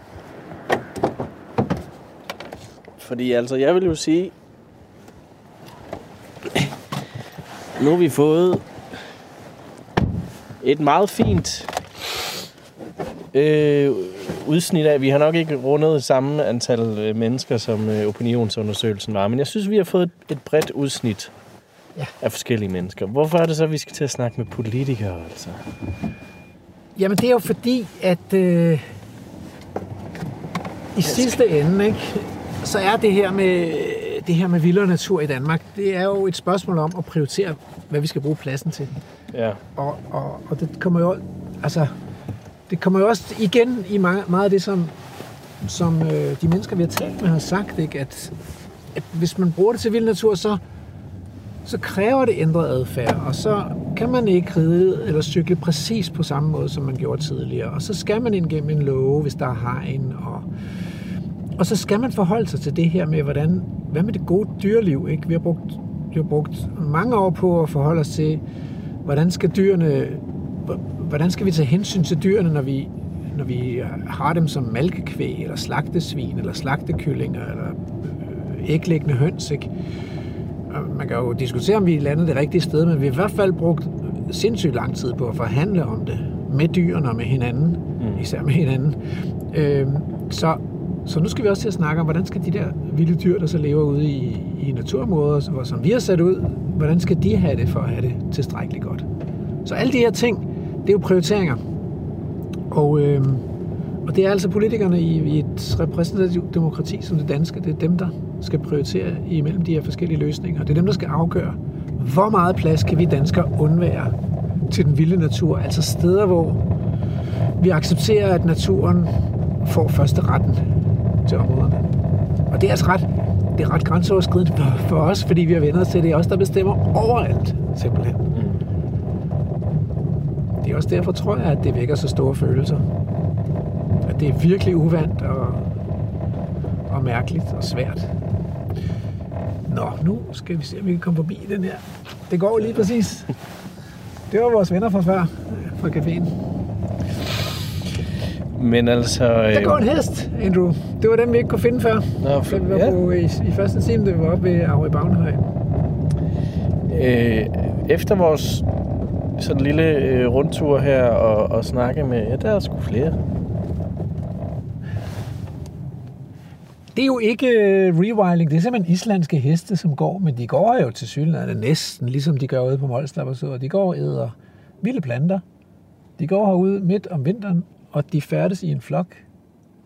Fordi altså, jeg vil jo sige, nu har vi fået et meget fint udsnit af, vi har nok ikke rundet samme antal mennesker, som opinionsundersøgelsen var, men jeg synes, vi har fået et bredt udsnit af forskellige mennesker. Hvorfor er det så, at vi skal til at snakke med politikere? Altså? Jamen, det er jo fordi, at i sidste ende, ikke, så er det her med vildere natur i Danmark, det er jo et spørgsmål om at prioritere, hvad vi skal bruge pladsen til. Ja. Og det kommer jo, altså, det kommer jo også igen i meget af det, som de mennesker, vi har talt med, har sagt, ikke? At hvis man bruger det til vild natur, så kræver det ændret adfærd, og så kan man ikke ride eller cykle præcis på samme måde, som man gjorde tidligere. Og så skal man ind gennem en låge, hvis der er hegn, og så skal man forholde sig til det her med, hvad med det gode dyreliv, ikke? Vi har brugt mange år på at forholde os til, hvordan skal vi tage hensyn til dyrene, når vi har dem som malkekvæg, eller slagtesvin, eller slagtekyllinger, eller æglæggende høns, ikke? Man kan jo diskutere, om vi landede det rigtige sted, men vi har i hvert fald brugt sindssygt lang tid på at forhandle om det med dyrene og med hinanden, især med hinanden. Så nu skal vi også til at snakke om, hvordan skal de der vilde dyr, der så lever ude i naturområder, som vi har sat ud, hvordan skal de have det for at have det tilstrækkeligt godt? Så alle de her ting, det er jo prioriteringer. Og det er altså politikerne i et repræsentativt demokrati som det danske, det er dem, der skal prioritere imellem de her forskellige løsninger. Det er dem, der skal afgøre, hvor meget plads kan vi danskere undvære til den vilde natur, altså steder, hvor vi accepterer, at naturen får første retten til områderne. Og det er altså ret grænseoverskridende for os, fordi vi har vendt os til, det er os, der bestemmer overalt, simpelthen. Det er også derfor, tror jeg, at det vækker så store følelser. At det er virkelig uvandt og mærkeligt og svært. Nå, nu skal vi se, om vi kan komme forbi den her. Det går lige præcis. Det var vores venner fra før, fra caféen. Men altså... Der går en hest, Andrew. Det var dem, vi ikke kunne finde før. Da vi var på, i første time, da vi var oppe ved Aarhus Bagnehøj. Efter vores sådan lille rundtur her og snakke med... Ja, der er sgu flere. Det er jo ikke rewilding, det er simpelthen islandske heste, som går, men de går jo til synligheden næsten, ligesom de gør ude på Molslappersø. De går og æder vilde planter. De går herude midt om vinteren, og de færdes i en flok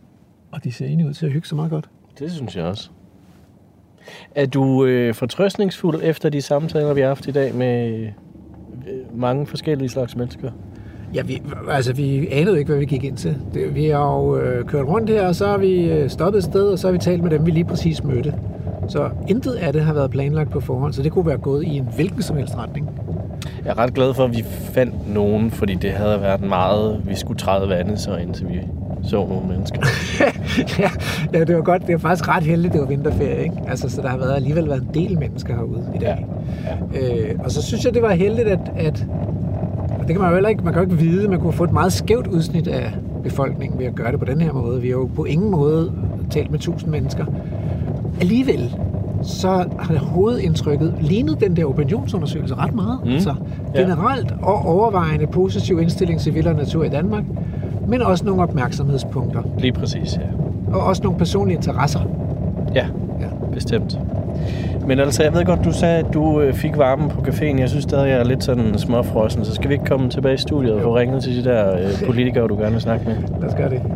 Og de ser egentlig ud til at hygge så meget godt. Det synes jeg også. Er du fortrøstningsfuld efter de samtaler, vi har haft i dag med mange forskellige slags mennesker? Ja, vi anede ikke, hvad vi gik ind til. Vi har jo kørt rundt her, og så har vi stoppet et sted, og så har vi talt med dem, vi lige præcis mødte. Så intet af det har været planlagt på forhånd, så det kunne være gået i en hvilken som helst retning. Jeg er ret glad for, at vi fandt nogen, fordi det havde været meget, vi skulle træde vandet så indtil vi så nogle mennesker. ja, det var godt. Det var faktisk ret heldigt, det var vinterferie, ikke? Altså, så der har alligevel været en del mennesker herude i dag. Ja. Og så synes jeg, det var heldigt, at det kan man jo heller ikke, man kan jo ikke vide, man kunne få et meget skævt udsnit af befolkningen ved at gøre det på den her måde. Vi har jo på ingen måde talt med 1000 mennesker. Alligevel, så har det hovedindtrykket lignet den der opinionsundersøgelse ret meget. Altså, generelt og overvejende positiv indstilling til vild og natur i Danmark, men også nogle opmærksomhedspunkter. Lige præcis, ja. Og også nogle personlige interesser. Ja, bestemt. Men altså, jeg ved godt, du sagde, at du fik varmen på caféen. Jeg synes stadig, jeg er lidt sådan småfrossen, så skal vi ikke komme tilbage i studiet og få ringet til de der politikere, du gerne vil snakke med? Lad os gøre det.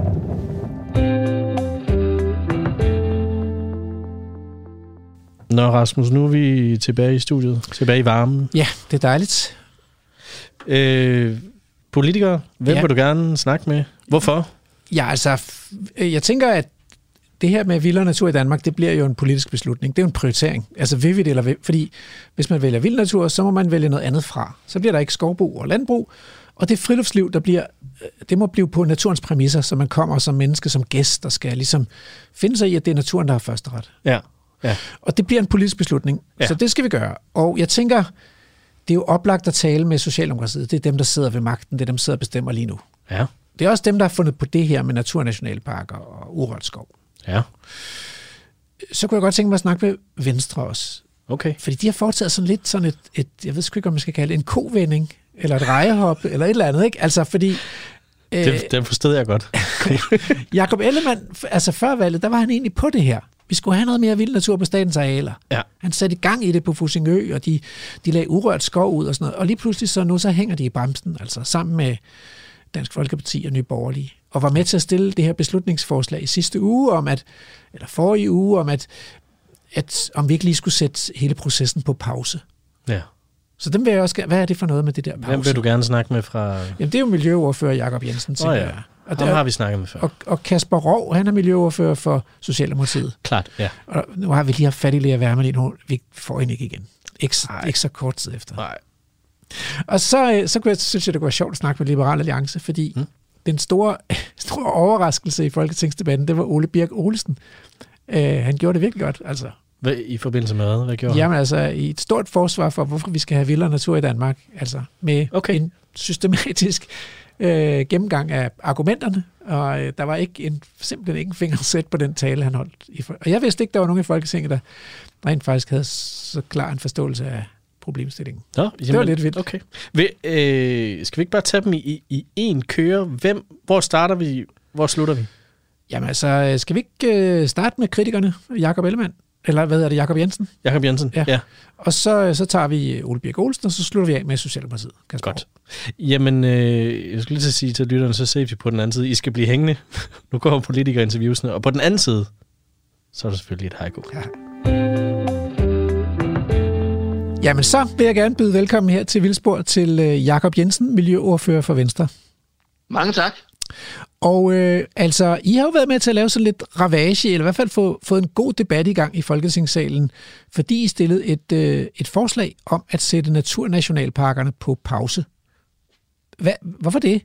Nå, Rasmus, nu er vi tilbage i studiet. Tilbage i varmen. Ja, det er dejligt. Politikere, hvem vil du gerne snakke med? Hvorfor? Ja, altså, jeg tænker, at det her med vild og natur i Danmark, det bliver jo en politisk beslutning. Det er jo en prioritering. Altså, vil vi det eller vil? Fordi hvis man vælger vild natur, så må man vælge noget andet fra. Så bliver der ikke skovbrug og landbrug. Og det friluftsliv, det må blive på naturens præmisser, så man kommer som menneske, som gæst, der skal ligesom finde sig i, at det er naturen, der har førsteret. Ja. Og det bliver en politisk beslutning. Ja. Så det skal vi gøre. Og jeg tænker, det er jo oplagt at tale med Socialdemokratiet. Det er dem, der sidder ved magten. Det er dem, der sidder og bestemmer lige nu. Ja. Det er også dem, der har fundet på det her med naturnationalparker og urørt skov. Ja. Så kunne jeg godt tænke mig at snakke med Venstre også. Okay. Fordi de har foretaget sådan lidt sådan et jeg ved sgu ikke, om man skal kalde det en kovending, eller et rejehop, eller et eller andet, ikke? Altså, fordi... Den forstod jeg godt. Jakob Ellemann, altså før valget, der var han egentlig på det her. Vi skulle have noget mere vild natur på statens arealer. Ja. Han satte i gang i det på Fussingø, og de lagde urørt skov ud og sådan noget. Og lige pludselig så hænger de i bremsen, altså sammen med Dansk Folkeparti og Nye Borgerlige, og var med til at stille det her beslutningsforslag i sidste uge, eller forrige uge, om vi ikke lige skulle sætte hele processen på pause. Ja. Så dem vil jeg også... Hvad er det for noget med det der pause? Hvem vil du gerne snakke med fra... Jamen, det er jo miljøordfører Jakob Jensen, tænker jeg. Og ham har vi snakket med før. Og Kasper Rov, han er miljøordfører for Socialdemokratiet. Klart, ja. Og nu har vi lige haft fat i Lea Wermelin, nu vi får hende ikke igen. Ikke så kort tid efter. Nej. Og så synes jeg, det kunne være sjovt at snakke med Liberal Alliance, fordi den store overraskelse i Folketingsdebatten, det var Ole Birk Olesen. Han gjorde det virkelig godt, altså. I forbindelse med hvad gjorde han? Jamen altså, i et stort forsvar for, hvorfor vi skal have vild og natur i Danmark, altså med en systematisk gennemgang af argumenterne, og der var simpelthen ikke en fingersæt på den tale, han holdt. Og jeg vidste ikke, der var nogen i Folketinget, der rent faktisk havde så klar en forståelse af problemstillingen. Det var lidt vildt. Okay. Skal vi ikke bare tage dem i én køre? Hvor starter vi? Hvor slutter vi? Jamen altså, skal vi ikke starte med kritikerne? Jakob Ellemann? Eller hvad er det? Jakob Jensen? Jakob Jensen, ja. Og så tager vi Ole Birk Olesen, og så slutter vi af med Socialdemokratiet. Godt. Jamen, jeg skulle lige til at sige til lytterne, så ser vi på den anden side. I skal blive hængende. Nu kommer politikerinterviewsene. Og på den anden side, så er der selvfølgelig et haiku. Ja. Jamen, så vil jeg gerne byde velkommen her til Vildspor til Jakob Jensen, miljøordfører for Venstre. Mange tak. Og altså, I har jo været med til at lave sådan lidt ravage, eller i hvert fald fået en god debat i gang i Folketingssalen, fordi I stillede et forslag om at sætte naturnationalparkerne på pause. Hvorfor det?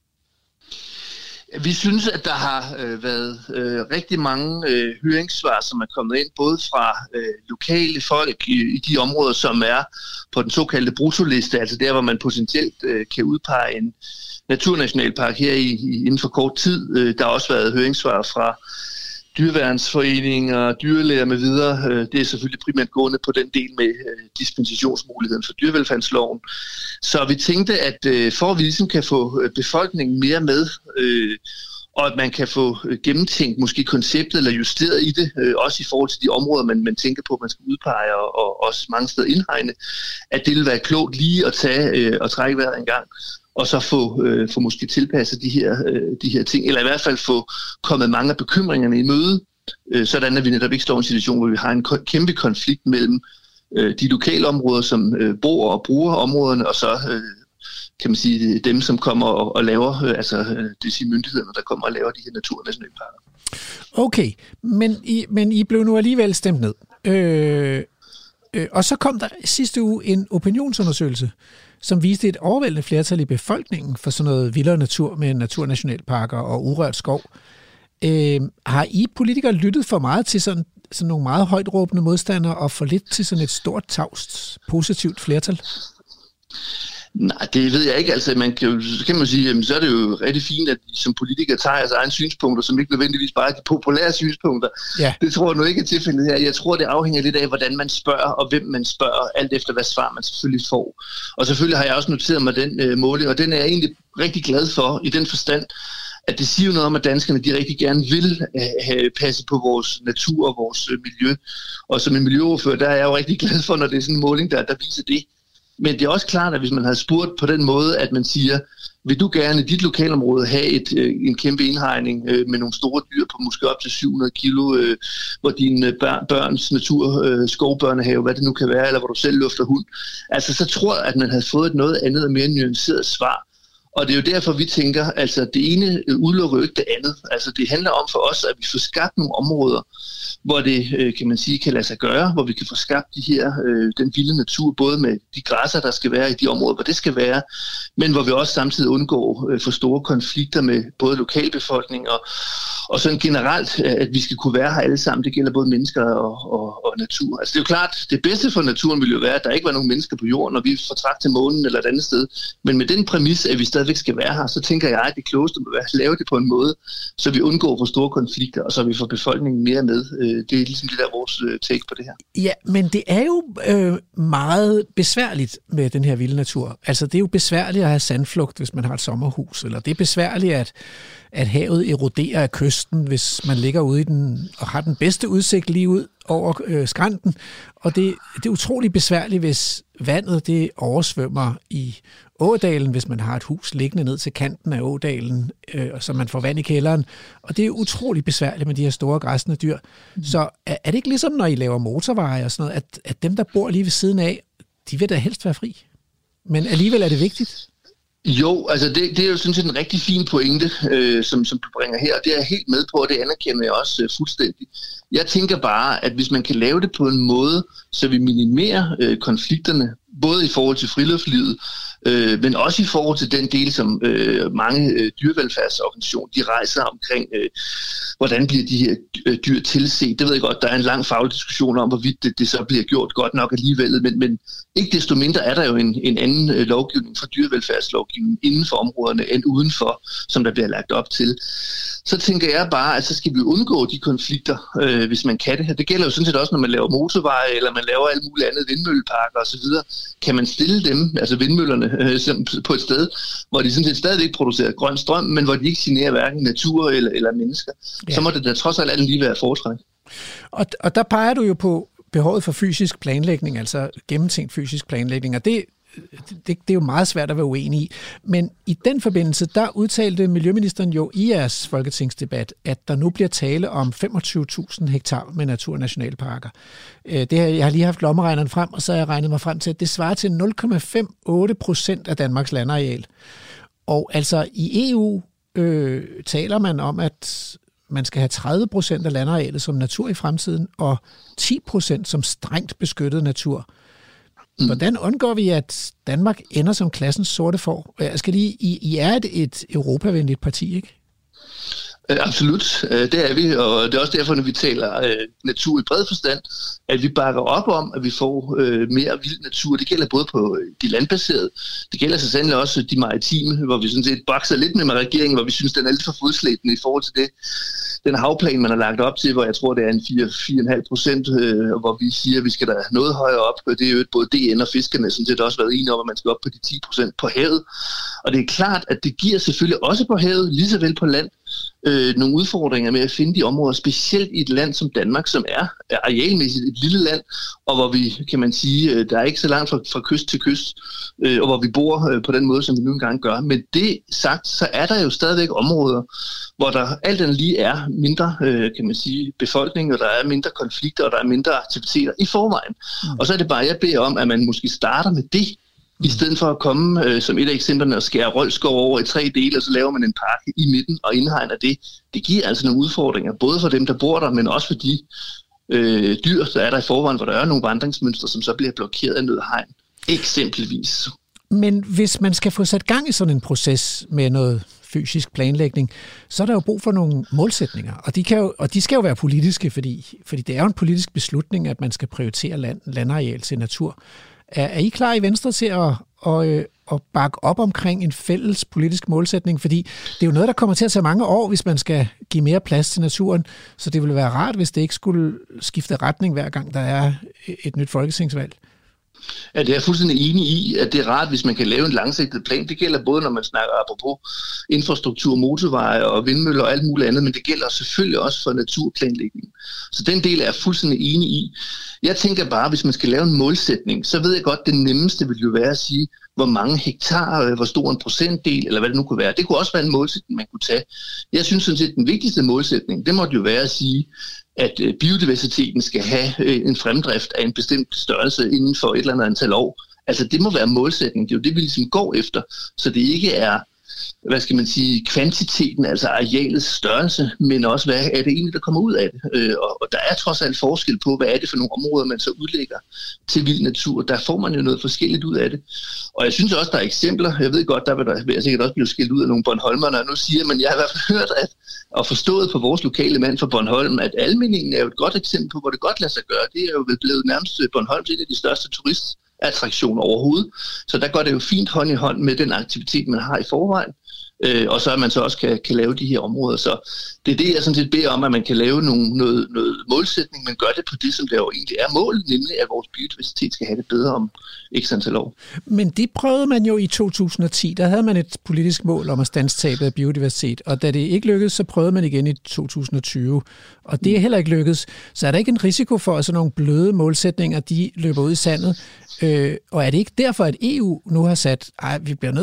Vi synes, at der har været rigtig mange høringssvar, som er kommet ind, både fra lokale folk i de områder, som er på den såkaldte bruttoliste, altså der, hvor man potentielt kan udpege en naturnationalpark her inden for kort tid. Der har også været høringssvar fra dyreværnsforeninger, dyrlæger med videre. Det er selvfølgelig primært gående på den del med dispensationsmuligheden for dyrevelfærdsloven. Så vi tænkte, at for at vi ligesom kan få befolkningen mere med, og at man kan få gennemtænkt måske konceptet eller justeret i det, også i forhold til de områder, man tænker på, at man skal udpege og også mange steder indhegne, at det vil være klogt lige at tage og trække vejret en gang og så få måske tilpasset de her ting, eller i hvert fald få kommet mange af bekymringerne i møde, sådan at vi netop ikke står i en situation, hvor vi har en kæmpe konflikt mellem de lokale områder, som bor og bruger områderne, og så kan man sige dem, som kommer og laver, altså det vil sige myndighederne, der kommer og laver de her naturnationalparker. Okay, men I blev nu alligevel stemt ned. Og så kom der sidste uge en opinionsundersøgelse, som viste et overvældende flertal i befolkningen for sådan noget vildere natur med naturnationalparker og urørt skov. Har I politikere lyttet for meget til sådan nogle meget højt råbende modstandere og for lidt til sådan et stort, tavst, positivt flertal? Nej, det ved jeg ikke. Altså, kan man sige, jamen, så er det jo rigtig fint, at de som politikere tager deres egne synspunkter, som ikke nødvendigvis bare er de populære synspunkter. Ja. Det tror jeg nu ikke er tilfældet her. Jeg tror, det afhænger lidt af, hvordan man spørger, og hvem man spørger, alt efter hvad svar man selvfølgelig får. Og selvfølgelig har jeg også noteret mig den måling, og den er jeg egentlig rigtig glad for i den forstand, at det siger noget om, at danskerne de rigtig gerne vil passe på vores natur og vores miljø. Og som en miljøordfører, der er jeg jo rigtig glad for, når det er sådan en måling, der viser det. Men det er også klart, at hvis man havde spurgt på den måde, at man siger, vil du gerne i dit lokalområde have en kæmpe indhegning med nogle store dyr på måske op til 700 kilo, hvor dine børns skovbørnehave, hvad det nu kan være, eller hvor du selv lufter hund, altså så tror jeg, at man havde fået et noget andet og mere nuanceret svar. Og det er jo derfor, vi tænker, altså det ene udelukker jo ikke det andet. Altså det handler om for os, at vi får skabt nogle områder, hvor det, kan man sige, kan lade sig gøre, hvor vi kan få skabt den vilde natur, både med de græsser, der skal være i de områder, hvor det skal være, men hvor vi også samtidig undgår for store konflikter med både lokalbefolkning og sådan generelt, at vi skal kunne være her alle sammen. Det gælder både mennesker og natur. Altså det er jo klart, det bedste for naturen ville jo være, at der ikke var nogen mennesker på jorden, når vi fortrak til månen eller et andet sted. Men med den præmis, at vi stadigvæk skal være her, så tænker jeg, at det klogeste må være at lave det på en måde, så vi undgår for store konflikter, og så vi får befolkningen mere med. Det er ligesom det der vores take på det her. Ja, men det er jo meget besværligt med den her vilde natur. Altså det er jo besværligt at have sandflugt, hvis man har et sommerhus, eller det er besværligt, at havet eroderer af kysten, hvis man ligger ude i den og har den bedste udsigt lige ud over skrænten. Og det er utrolig besværligt, hvis vandet det oversvømmer i ådalen, hvis man har et hus liggende ned til kanten af ådalen, så man får vand i kælderen. Og det er utrolig besværligt med de her store græssende dyr. Så er det ikke ligesom, når I laver motorveje og sådan noget, at dem, der bor lige ved siden af, de vil da helst være fri? Men alligevel er det vigtigt? Jo, altså det er jo sådan set en rigtig fin pointe, som du bringer her, og det er jeg helt med på, og det anerkender jeg også fuldstændig. Jeg tænker bare, at hvis man kan lave det på en måde, så vi minimerer konflikterne, både i forhold til friluftslivet, men også i forhold til den del, som mange dyrevelfærdsorganisationer de rejser omkring, hvordan bliver de her dyr tilset. Det ved jeg godt, der er en lang faglig diskussion om, hvorvidt det så bliver gjort godt nok alligevel, men ikke desto mindre er der jo en anden lovgivning fra dyrevelfærdslovgivningen inden for områderne end udenfor, som der bliver lagt op til. Så tænker jeg bare, at så skal vi undgå de konflikter, hvis man kan det her. Det gælder jo sådan set også, når man laver motorveje, eller man laver alt muligt andet, vindmølleparker osv. Kan man stille dem, altså vindmøllerne, på et sted, hvor de sådan set stadig ikke producerer grøn strøm, men hvor de ikke generer hverken natur eller mennesker, så må det da trods alt lige være foretræk. Og der peger du jo på behovet for fysisk planlægning, altså gennemtænkt fysisk planlægning, og det er jo meget svært at være uenig i. Men i den forbindelse, der udtalte Miljøministeren jo i jeres folketingsdebat, at der nu bliver tale om 25.000 hektar med naturnationalparker. Jeg har lige haft lommeregneren frem, og så har jeg regnet mig frem til, at det svarer til 0,58% af Danmarks landareal. Og altså i EU taler man om, at man skal have 30% af landarealet som natur i fremtiden, og 10% som strengt beskyttet natur. Hvordan undgår vi, at Danmark ender som klassens sorte får? Jeg skal lige, I er et europavenligt parti, ikke? Absolut, det er vi, og det er også derfor, når vi taler natur i bred forstand, at vi bakker op om, at vi får mere vild natur. Det gælder både på de landbaserede, det gælder så sandelig også de maritime, hvor vi sådan set bakser lidt med regeringen, hvor vi synes, den er lidt for fodslæbende i forhold til det. Den havplan, man har lagt op til, hvor jeg tror, det er en 4,5%, hvor vi siger, at vi skal da noget højere op. Det er jo både DN og fiskerne, sådan set også været enige om, at man skal op på de 10% på havet. Og det er klart, at det giver selvfølgelig også på havet, lige så vel på land, nogle udfordringer med at finde de områder, specielt i et land som Danmark, som er arealmæssigt et lille land, og hvor vi, kan man sige, der er ikke så langt fra kyst til kyst, og hvor vi bor på den måde, som vi nu engang gør. Men det sagt, så er der jo stadigvæk områder, hvor der alt andet lige er mindre, kan man sige, befolkning, og der er mindre konflikter, og der er mindre aktiviteter i forvejen. Og så er det bare, jeg beder om, at man måske starter med det, i stedet for at komme som et af eksemplerne og skære Rold Skov over i 3 dele, og så laver man en park i midten og indhegner det. Det giver altså nogle udfordringer, både for dem, der bor der, men også for de dyr, der er der i forvejen, hvor der er nogle vandringsmønstre, som så bliver blokeret af noget hegn, eksempelvis. Men hvis man skal få sat gang i sådan en proces med noget fysisk planlægning, så er der jo brug for nogle målsætninger, og de skal jo være politiske, fordi det er jo en politisk beslutning, at man skal prioritere landareal til natur. Er I klar i Venstre til at bakke op omkring en fælles politisk målsætning? Fordi det er jo noget, der kommer til at tage mange år, hvis man skal give mere plads til naturen. Så det ville være rart, hvis det ikke skulle skifte retning hver gang, der er et nyt folketingsvalg. Ja, det er jeg fuldstændig enig i, at det er rart, hvis man kan lave en langsigtet plan. Det gælder både, når man snakker apropos infrastruktur, motorveje og vindmøller og alt muligt andet, men det gælder selvfølgelig også for naturplanlægning. Så den del er jeg fuldstændig enig i. Jeg tænker bare, hvis man skal lave en målsætning, så ved jeg godt, det nemmeste vil jo være at sige, hvor mange hektar, hvor stor en procentdel, eller hvad det nu kunne være. Det kunne også være en målsætning, man kunne tage. Jeg synes sådan set, den vigtigste målsætning, det måtte jo være at sige, at biodiversiteten skal have en fremdrift af en bestemt størrelse inden for et eller andet antal år. Altså det må være målsætningen. Det er jo det, vi ligesom går efter. Så det ikke er, hvad skal man sige, kvantiteten, altså arealets størrelse, men også, hvad er det egentlig, der kommer ud af det. Og der er trods alt forskel på, hvad er det for nogle områder, man så udlægger til vild natur. Der får man jo noget forskelligt ud af det. Og jeg synes også, der er eksempler. Jeg ved godt, der vil jeg sikkert også blive skilt ud af nogle bornholmerne, og nu siger man, jeg har i hvert fald hørt og forstået på vores lokale mand fra Bornholm, at Almindingen er jo et godt eksempel på, hvor det godt lader sig gøre. Det er jo blevet nærmest Bornholms en af de største turistattraktioner overhovedet. Så der går det jo fint hånd i hånd med den aktivitet, man har i forvejen. Og så at man så også kan lave de her områder. Så det er det, jeg sådan set beder om, at man kan lave noget målsætning, men gør det på det, som det jo egentlig er målet, nemlig at vores biodiversitet skal have det bedre om x antal år. Men det prøvede man jo i 2010. Der havde man et politisk mål om at standse tabet af biodiversitet, og da det ikke lykkedes, så prøvede man igen i 2020. Og det er heller ikke lykkedes. Så er der ikke en risiko for, at sådan nogle bløde målsætninger, de løber ud i sandet? Og er det ikke derfor, at EU nu har sat, vi bliver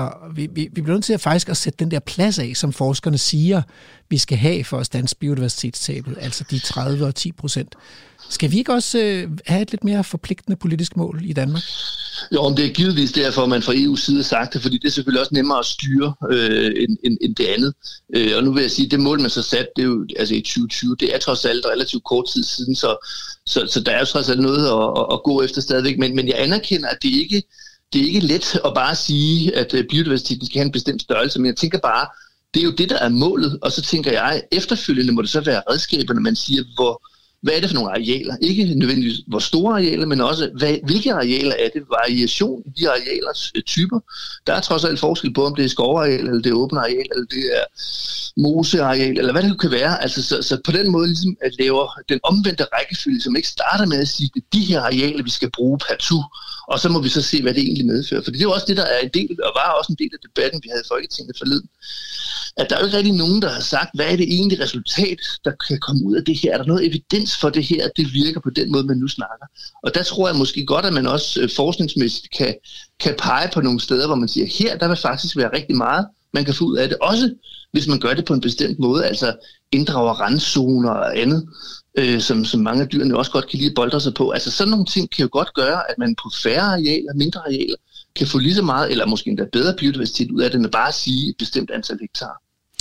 nødt til at faktisk at sætte den der plads af, som forskerne siger, vi skal have for at standse biodiversitetstabet, altså de 30 og 10%. Skal vi ikke også have et lidt mere forpligtende politisk mål i Danmark? Jo, men det er givetvis derfor, man fra EU's side har sagt det, fordi det er selvfølgelig også nemmere at styre end det andet. Og nu vil jeg sige, det mål, man så sat, det er jo altså i 2020, det er trods alt relativt kort tid siden, så der er jo trods alt noget at gå efter stadigvæk. Men jeg anerkender, at det er ikke let at bare sige, at biodiversiteten skal have en bestemt størrelse, men jeg tænker bare, det er jo det, der er målet, og så tænker jeg, efterfølgende må det så være redskaberne, man siger, hvad er det for nogle arealer? Ikke nødvendigvis hvor store arealer, men også hvilke arealer er det? Variation i de arealers typer. Der er trods alt forskel på, om det er skovareal, eller det er åbne areal, eller det er moseareal, eller hvad det kan være. Altså, så på den måde ligesom at lave den omvendte rækkefølge, som ikke starter med at sige, at de her arealer, vi skal bruge per tur, og så må vi så se, hvad det egentlig medfører. For det er jo også det, der er en del, og var også en del af debatten, vi havde i Folketinget forleden. At der er jo ikke rigtig nogen, der har sagt, hvad er det egentlig resultat, der kan komme ud af det her? Er der noget evidens for det her, at det virker på den måde, man nu snakker? Og der tror jeg måske godt, at man også forskningsmæssigt kan pege på nogle steder, hvor man siger, her der vil faktisk være rigtig meget, man kan få ud af det. Også hvis man gør det på en bestemt måde, altså inddrager randzoner og andet, som mange af dyrene også godt kan lide at boldre sig på. Altså sådan nogle ting kan jo godt gøre, at man på færre arealer, mindre arealer, kan få lige så meget, eller måske endda bedre biodiversitet ud af det, end bare at sige et bestemt antal hektar.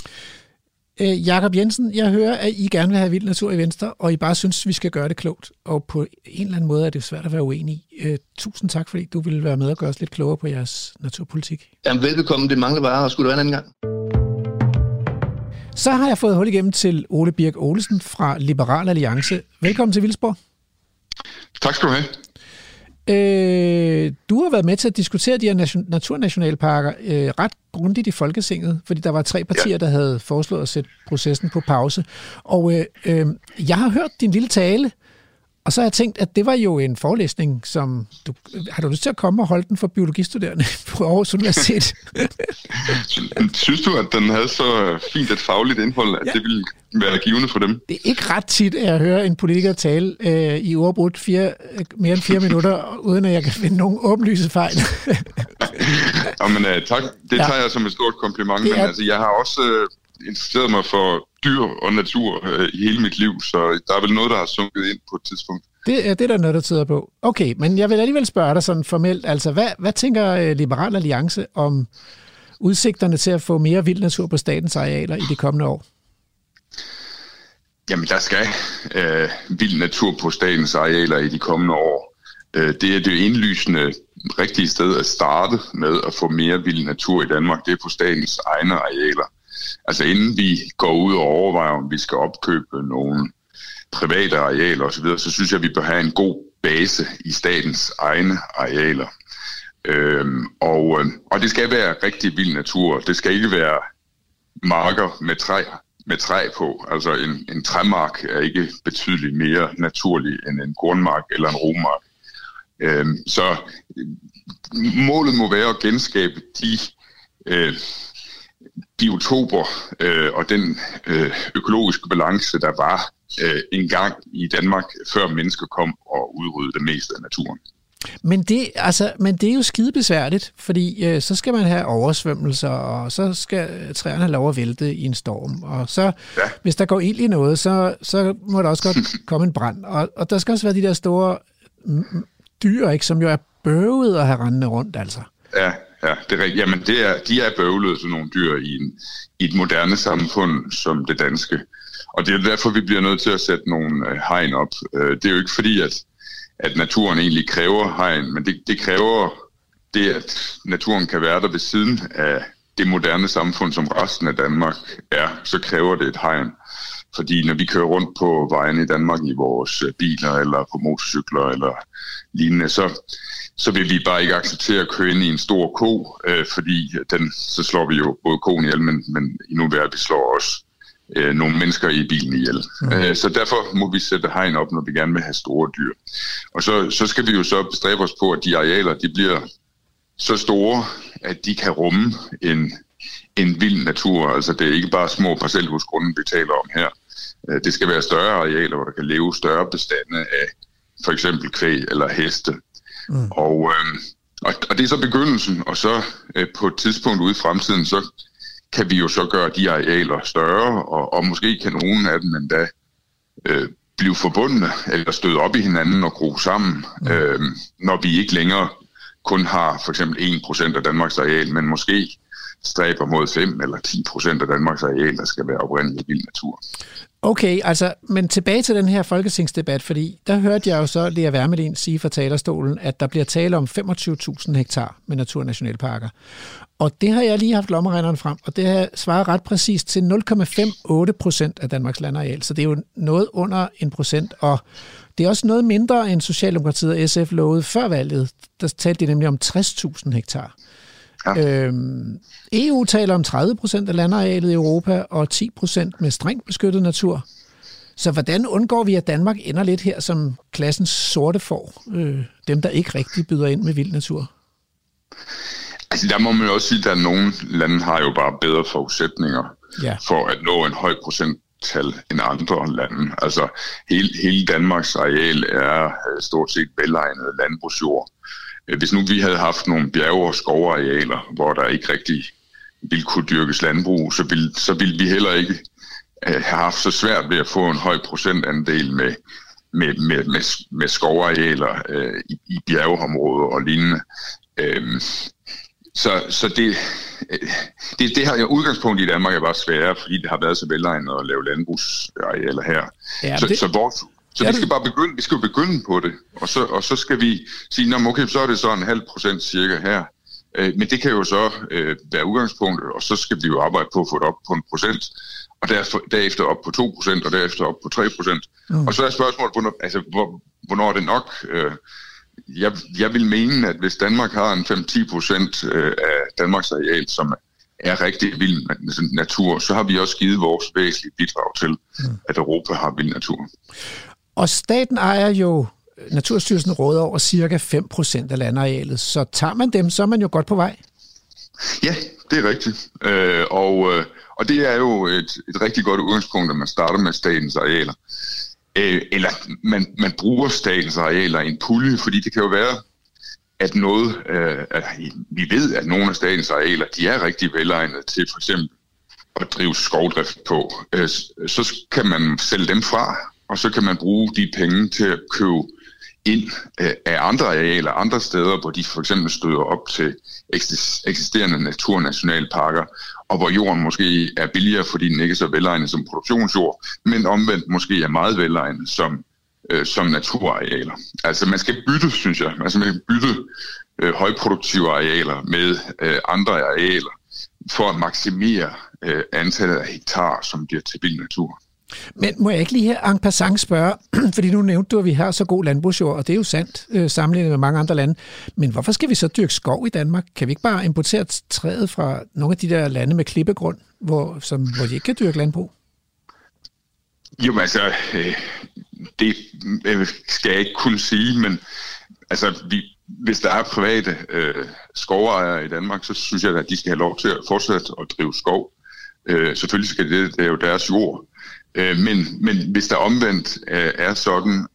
Jakob Jensen, jeg hører, at I gerne vil have vild natur i Venstre, og I bare synes, vi skal gøre det klogt. Og på en eller anden måde er det svært at være uenig i. Tusind tak, fordi du ville være med og gøre os lidt klogere på jeres naturpolitik. Jamen velbekomme, det mangler bare, og skulle det være en anden gang. Så har jeg fået hul igennem til Ole Birk Olesen fra Liberal Alliance. Velkommen til Vildsborg. Tak skal du have. Du har været med til at diskutere de her naturnationalparker ret grundigt i Folketinget, fordi der var 3 partier, der havde foreslået at sætte processen på pause. Og jeg har hørt din lille tale, Og så har jeg tænkt, at det var jo en forelæsning, som har du lyst til at komme og holde den for biologistuderende på Aarhus Universitet? Synes du, at den havde så fint et fagligt indhold, at det ville være givende for dem? Det er ikke ret tit, at jeg hører en politiker tale i uafbrudt mere end 4 minutter, uden at jeg kan finde nogen åbenlyse fejl. Jamen, tak. Det tager jeg som et stort kompliment, men altså, jeg har også interesseret mig for dyr og natur i hele mit liv, så der er vel noget, der har sunket ind på et tidspunkt. Det er der noget, der tyder på. Okay, men jeg vil alligevel spørge dig sådan formelt, altså hvad tænker Liberal Alliance om udsigterne til at få mere vild natur på statens arealer i de kommende år? Jamen, der skal vild natur på statens arealer i de kommende år. Det er det indlysende rigtige sted at starte med at få mere vild natur i Danmark. Det er på statens egne arealer. Altså inden vi går ud og overvejer, om vi skal opkøbe nogle private arealer osv., så synes jeg, at vi bør have en god base i statens egne arealer. Og det skal være rigtig vild natur. Det skal ikke være marker med træ på. Altså en træmark er ikke betydeligt mere naturlig end en kornmark eller en romark. Så målet må være at genskabe de biotoper og den økologiske balance, der var engang i Danmark, før mennesker kom og udryddede det meste af naturen. Men det er jo skidebesværligt, fordi så skal man have oversvømmelser, og så skal træerne have lov at vælte i en storm, og så hvis der går ild i noget, så må der også godt komme en brand. Og der skal også være de der store dyr, ikke, som jo er bøvet at have rendende rundt, altså. Ja, det er rigtigt. Jamen, de er bøvlede, sådan nogle dyr i et moderne samfund som det danske. Og det er derfor, vi bliver nødt til at sætte nogle hegn op. Det er jo ikke fordi, at naturen egentlig kræver hegn, men det kræver det, at naturen kan være der ved siden af det moderne samfund, som resten af Danmark er, så kræver det et hegn. Fordi når vi kører rundt på vejene i Danmark i vores biler eller på motorcykler eller lignende, så vil vi bare ikke acceptere at køre ind i en stor ko, fordi så slår vi jo både koen ihjel, men endnu værre, vi slår også nogle mennesker i bilen ihjel. Så derfor må vi sætte hegn op, når vi gerne vil have store dyr. Og så skal vi jo så bestræbe os på, at de arealer, de bliver så store, at de kan rumme en vild natur. Altså det er ikke bare små parcelhusgrunde, vi taler om her. Det skal være større arealer, hvor der kan leve større bestande af for eksempel kvæg eller heste. Og det er så begyndelsen, og så på et tidspunkt ude i fremtiden, så kan vi jo så gøre de arealer større, og måske kan nogle af dem endda blive forbundne, eller støde op i hinanden og gro sammen, når vi ikke længere kun har for eksempel 1% af Danmarks areal, men måske stræber mod 5 eller 10% af Danmarks areal, der skal være oprindelig vild natur. Okay, altså, men tilbage til den her folketingsdebat, fordi der hørte jeg jo så Lea Wermelin sige fra talerstolen, at der bliver tale om 25.000 hektar med naturnationalparker. Og det har jeg lige haft lommeregneren frem, og det har svaret ret præcist til 0,58% af Danmarks landareal, så det er jo noget under 1%, og det er også noget mindre end Socialdemokratiet og SF lovede før valget. Der talte de nemlig om 60.000 hektar. Ja. EU taler om 30% af landarealet i Europa og 10% med strengt beskyttet natur. Så hvordan undgår vi, at Danmark ender lidt her som klassens sorte får? Dem, der ikke rigtig byder ind med vild natur? Altså der må man jo også sige, at nogle lande har jo bare bedre forudsætninger for at nå en høj procenttal end andre lande. Altså hele Danmarks areal er stort set velegnet landbrugsjord. Hvis nu vi havde haft nogle bjerge- og skovarealer, hvor der ikke rigtig ville kunne dyrkes landbrug, så ville vi heller ikke have haft så svært ved at få en høj procentandel med skovarealer i bjergeområder og lignende. Så det har jo udgangspunkt i Danmark er bare sværere, fordi det har været så velegnet at lave landbrugsarealer her. Ja, Så vi skal bare begynde, vi skal begynde på det, og så skal vi sige, okay, så er det så 0,5% cirka her. Men det kan jo så være udgangspunktet, og så skal vi jo arbejde på at få det op på 1%, og derefter op på 2%, og derefter op på 3%. Og så er spørgsmålet, hvornår er det nok? Jeg vil mene, at hvis Danmark har en 5-10% af Danmarks areal, som er rigtig vild natur, så har vi også givet vores væsentlige bidrag til, at Europa har vild natur. Og staten ejer jo, Naturstyrelsen råder over cirka 5% af landarealet, så tager man dem, så er man jo godt på vej. Ja, det er rigtigt. Og det er jo et rigtig godt udgangspunkt, at man starter med statens arealer. Eller man bruger statens arealer i en pulje, fordi det kan jo være, at vi ved, at nogle af statens arealer, de er rigtig velegnede til for eksempel at drive skovdrift på. Så kan man sælge dem fra, og så kan man bruge de penge til at købe ind af andre arealer, andre steder, hvor de for eksempel støder op til eksisterende naturnationalparker, og hvor jorden måske er billigere, fordi den ikke er så velegnet som produktionsjord, men omvendt måske er meget velegnet som naturarealer. Altså man skal bytte, synes jeg. Altså man skal bytte højproduktive arealer med andre arealer for at maksimere antallet af hektar, som bliver til vild natur. Men må jeg ikke lige her en passant spørge, fordi nu nævnte du, at vi har så god landbrugsjord, og det er jo sandt sammenlignet med mange andre lande. Men hvorfor skal vi så dyrke skov i Danmark? Kan vi ikke bare importere træet fra nogle af de der lande med klippegrund, hvor de ikke kan dyrke landbrug? Jo, altså, det skal jeg ikke kunne sige, men altså, hvis der er private skovejere i Danmark, så synes jeg, at de skal have lov til at fortsætte at drive skov. Selvfølgelig skal det er jo deres jord. Men hvis der omvendt er sådan,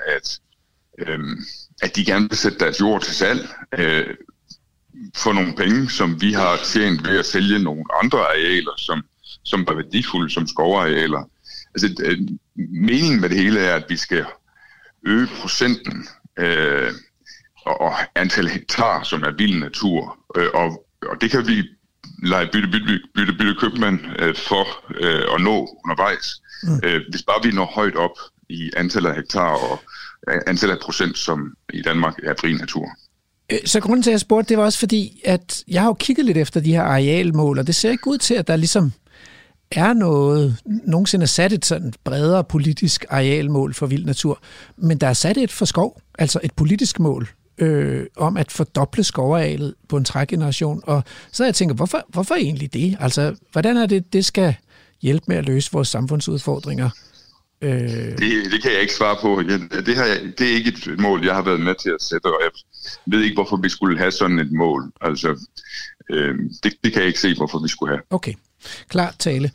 at de gerne vil sætte deres jord til salg for nogle penge, som vi har tjent ved at sælge nogle andre arealer, som er værdifulde som skovarealer. Altså, meningen med det hele er, at vi skal øge procenten og antal hektar, som er vild natur. Og det kan vi lege bytte købmand for at nå undervejs. Hvis bare vi når højt op i antallet af hektar og antallet af procent, som i Danmark er fri natur. Så grunden til, at jeg spurgte, det var også fordi, at jeg har jo kigget lidt efter de her arealmål, og det ser ikke ud til, at der ligesom er nogensinde sat et sådan bredere politisk arealmål for vild natur, men der er sat et for skov, altså et politisk mål om at fordoble skovarealet på en trægeneration. Og så jeg tænker, hvorfor egentlig det? Altså, hvordan er det skal hjælpe med at løse vores samfundsudfordringer? Det kan jeg ikke svare på. Det er ikke et mål, jeg har været med til at sætte, og jeg ved ikke, hvorfor vi skulle have sådan et mål. Altså, det kan jeg ikke se, hvorfor vi skulle have. Okay, klart tale.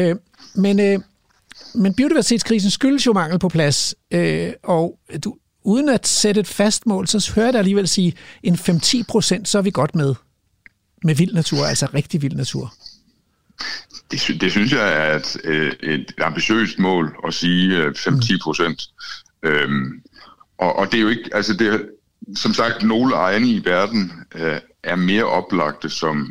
Men biodiversitetskrisen skyldes jo mangel på plads, og uden at sætte et fast mål, så hører jeg dig alligevel sige, en 5-10%, så er vi godt med vild natur, altså rigtig vild natur. Det synes jeg er et ambitiøst mål at sige 5-10%. Og det er jo ikke, altså det er, som sagt, nogle egne i verden er mere oplagte,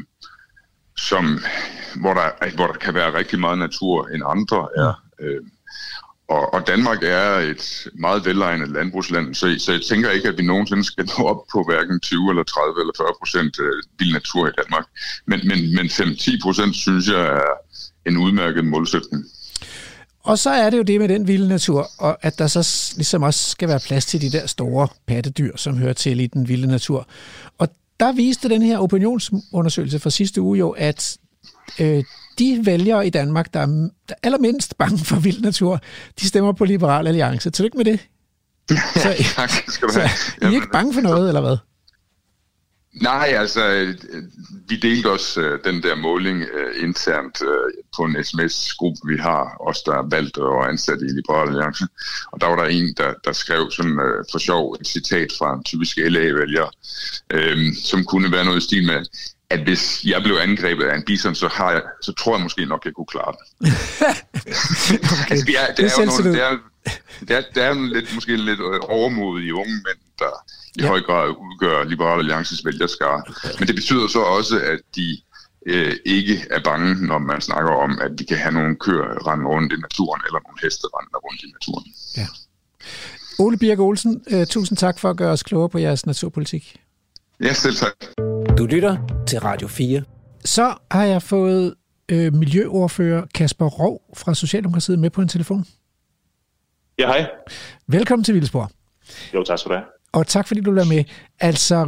hvor der kan være rigtig meget natur, end andre er. Og Danmark er et meget velegnet landbrugsland, så jeg tænker ikke, at vi nogensinde skal nå op på hverken 20 eller 30 eller 40% vild natur i Danmark. Men 5-10% synes jeg er en udmærket målsætning. Og så er det jo det med den vilde natur, og at der så ligesom også skal være plads til de der store pattedyr, som hører til i den vilde natur. Og der viste den her opinionsundersøgelse fra sidste uge jo, at de vælgere i Danmark, der er allermindst bange for vild natur, de stemmer på Liberal Alliance. Tillykke med det. Tak skal du have. Så I er ikke bange for noget, eller hvad? Nej, altså, vi delte også den der måling internt på en sms-gruppe, vi har, os der er valgt og ansat i Liberal Alliance. Og der var der en, der skrev sådan for sjov et citat fra en typisk LA-vælger, som kunne være noget i stil med, at hvis jeg blev angrebet af en bison, så tror jeg måske nok, jeg kunne klare det. Okay. Altså, der er jo måske lidt overmodige unge mænd, der i høj grad udgør Liberal Alliances vælgerskare. Men det betyder så også, at de ikke er bange, når man snakker om, at vi kan have nogle køer rende rundt i naturen, eller nogle heste rende rundt i naturen. Ja. Ole Birk Olsen, tusind tak for at gøre os klogere på jeres naturpolitik. Ja, selv tak. Du lytter til Radio 4. Så har jeg fået miljøordfører Kasper Rov fra Socialdemokratiet med på en telefon. Ja, hej. Velkommen til Vildspor. Jo, tak skal du have. Og tak fordi du er med. Altså,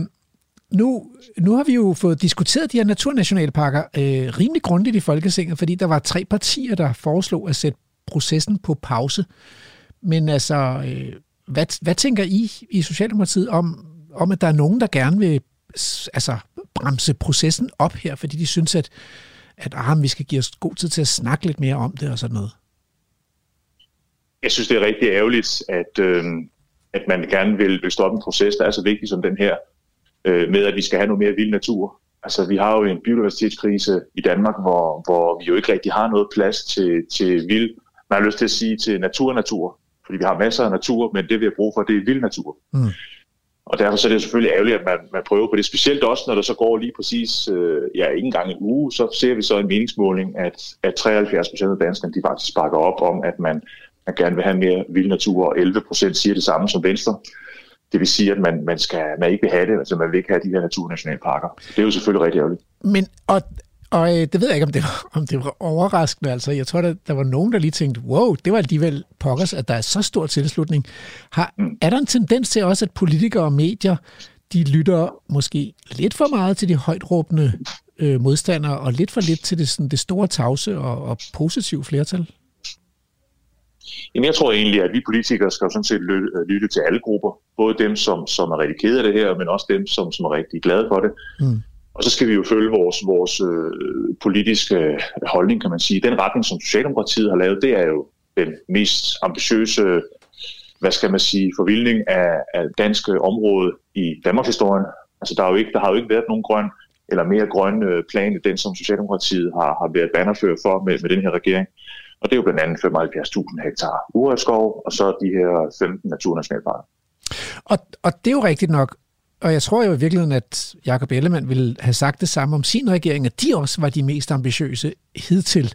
nu har vi jo fået diskuteret de her naturnationalparker rimelig grundigt i Folketinget, fordi der var 3 partier, der foreslog at sætte processen på pause. Men altså, hvad tænker I Socialdemokratiet om, at der er nogen, der gerne vil bremse processen op her, fordi de synes, at vi skal give os god tid til at snakke lidt mere om det og sådan noget? Jeg synes, det er rigtig ærgerligt, at man gerne vil stoppe en proces, der er så vigtig som den her, med at vi skal have noget mere vild natur. Altså, vi har jo en biodiversitetskrise i Danmark, hvor vi jo ikke rigtig har noget plads til vild, man har lyst til at sige til natur, fordi vi har masser af natur, men det vi har brug for, det er vild natur. Mm. Og derfor så er det selvfølgelig ærgerligt, at man prøver på det, specielt også, når der så går lige præcis, ikke engang en uge, så ser vi så en meningsmåling, at 73% af danskerne, de faktisk bakker op om, at man gerne vil have mere vild natur, og 11% siger det samme som Venstre. Det vil sige, at man ikke vil have det, altså man vil ikke have de her naturnationalparker. Det er jo selvfølgelig rigtig ærgerligt. Men, og det ved jeg ikke, om det var overraskende. Altså, jeg tror, der var nogen, der lige tænkte, wow, det var alligevel pokkers, at der er så stor tilslutning. Er der en tendens til også, at politikere og medier, de lytter måske lidt for meget til de højtråbende modstandere, og lidt for lidt til det store tavse og positive flertal? Jamen, jeg tror egentlig, at vi politikere skal jo sådan set lytte til alle grupper. Både dem, som er rigtig kede af det her, men også dem, som er rigtig glade for det. Mm. Og så skal vi jo følge vores politiske holdning, kan man sige. Den retning, som Socialdemokratiet har lavet, det er jo den mest ambitiøse, forvildning af dansk område i Danmarks historie. Altså, der har jo ikke været nogen grøn eller mere grøn plan, den som Socialdemokratiet har været bannerfører for med den her regering. Og det er jo blandt andet 75.000 hektar urørt skov, og så de her 15 naturnationalparker. Og det er jo rigtigt nok. Og jeg tror jo i virkeligheden, at Jakob Ellemann ville have sagt det samme om sin regering, at de også var de mest ambitiøse hidtil.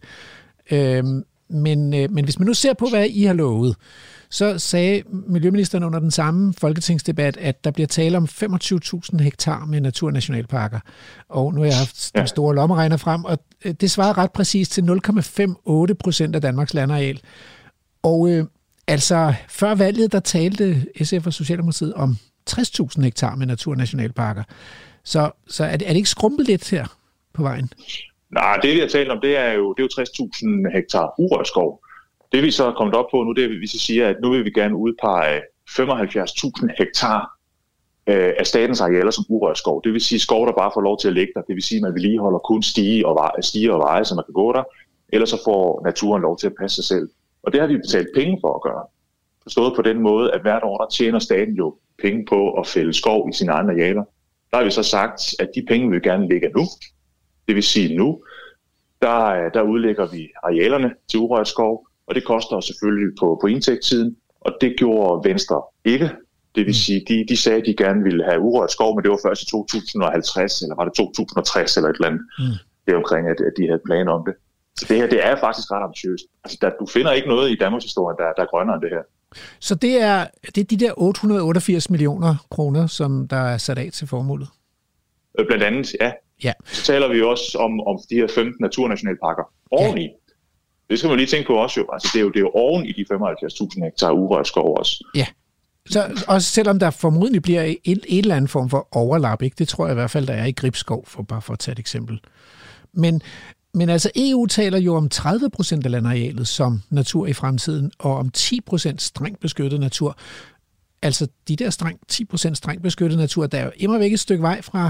Men hvis man nu ser på, hvad I har lovet, så sagde miljøministeren under den samme folketingsdebat, at der bliver tale om 25.000 hektar med naturnationalparker. Og nu har jeg haft den store lommeregner frem, og det svarer ret præcist til 0,58% af Danmarks landareal. Og altså før valget, der talte SF og Socialdemokratiet om 60.000 hektar med naturnationalparker. Så er det ikke skrumpet lidt her på vejen? Nej, det vi har talt om, det er jo 60.000 hektar urørt skov. Det vi så er kommet op på nu, det er, at vi så siger, at nu vil vi gerne udpege 75.000 hektar af statens arealer som urørt skov. Det vil sige skov, der bare får lov til at ligge der. Det vil sige, at man vedligeholder kun stige og veje, så man kan gå der. Ellers så får naturen lov til at passe sig selv. Og det har vi betalt penge for at gøre. Forstået på den måde, at hvert år der tjener staten jo penge på at fælde skov i sine egne arealer. Der har vi så sagt, at de penge vil vi gerne lægge nu. Det vil sige nu, der udlægger vi arealerne til urørt skov, og det koster selvfølgelig på indtægtssiden, og det gjorde Venstre ikke. Det vil sige, de sagde, at de gerne ville have urørt skov, men det var først i 2050, eller var det 2060 eller et eller andet. Det er omkring, at de havde planer om det. Så det her, det er faktisk ret ambitiøst. Altså, du finder ikke noget i Danmarks historie, der er grønnere end det her. Så det er de der 888 millioner kroner, som der er sat af til formålet? Blandt andet, ja. Så taler vi også om de her 15 naturnationalparker oveni. Ja. Det skal man lige tænke på også jo. Altså, det er jo oven i de 75.000 hektar urørt skov også. Ja. Så også selvom der formodentlig bliver en eller anden form for overlap, ikke? Det tror jeg i hvert fald, der er i Gribskov, bare for at tage et eksempel. Men altså EU taler jo om 30% af landarealet som natur i fremtiden, og om 10% strengt beskyttet natur. Altså de der 10% strengt beskyttet natur, der er jo immervæk et stykke vej fra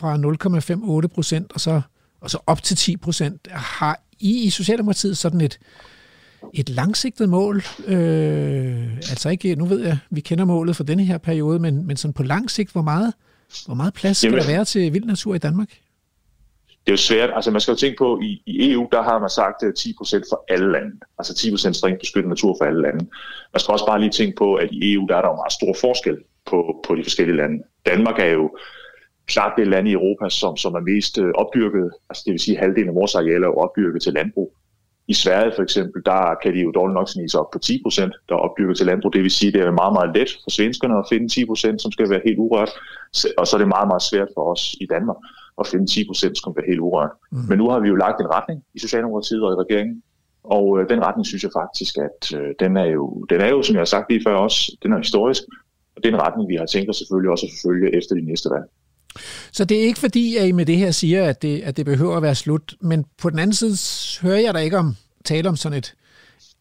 0,58% og så op til 10%. Har I Socialdemokratiet sådan et langsigtet mål? Altså ikke, nu ved jeg, vi kender målet for denne her periode, men sådan på lang sigt, hvor meget plads skal der være til vild natur i Danmark? Det er jo svært. Altså man skal jo tænke på, i EU, der har man sagt 10% for alle lande. Altså 10% strengt beskyttet natur for alle lande. Man skal også bare lige tænke på, at i EU, der er der jo meget stor forskel på de forskellige lande. Danmark er jo klart det land i Europa, som er mest opdyrket. Altså det vil sige, at halvdelen af vores arealer er opdyrket til landbrug. I Sverige for eksempel, der kan de jo dårligt nok snige sig op på 10%, der er opdyrket til landbrug. Det vil sige, at det er meget, meget let for svenskerne at finde 10%, som skal være helt urørt. Og så er det meget, meget svært for os i Danmark at finde 10%, som skal være helt urørt. Men nu har vi jo lagt en retning i Socialdemokratiet og i regeringen. Og den retning synes jeg faktisk, at den er jo, som jeg har sagt lige før også, den er historisk. Og det er en retning, vi har tænkt os selvfølgelig også at forfølge efter de næste valg. Så det er ikke fordi, at I med det her siger, at det behøver at være slut, men på den anden side hører jeg da ikke tale om sådan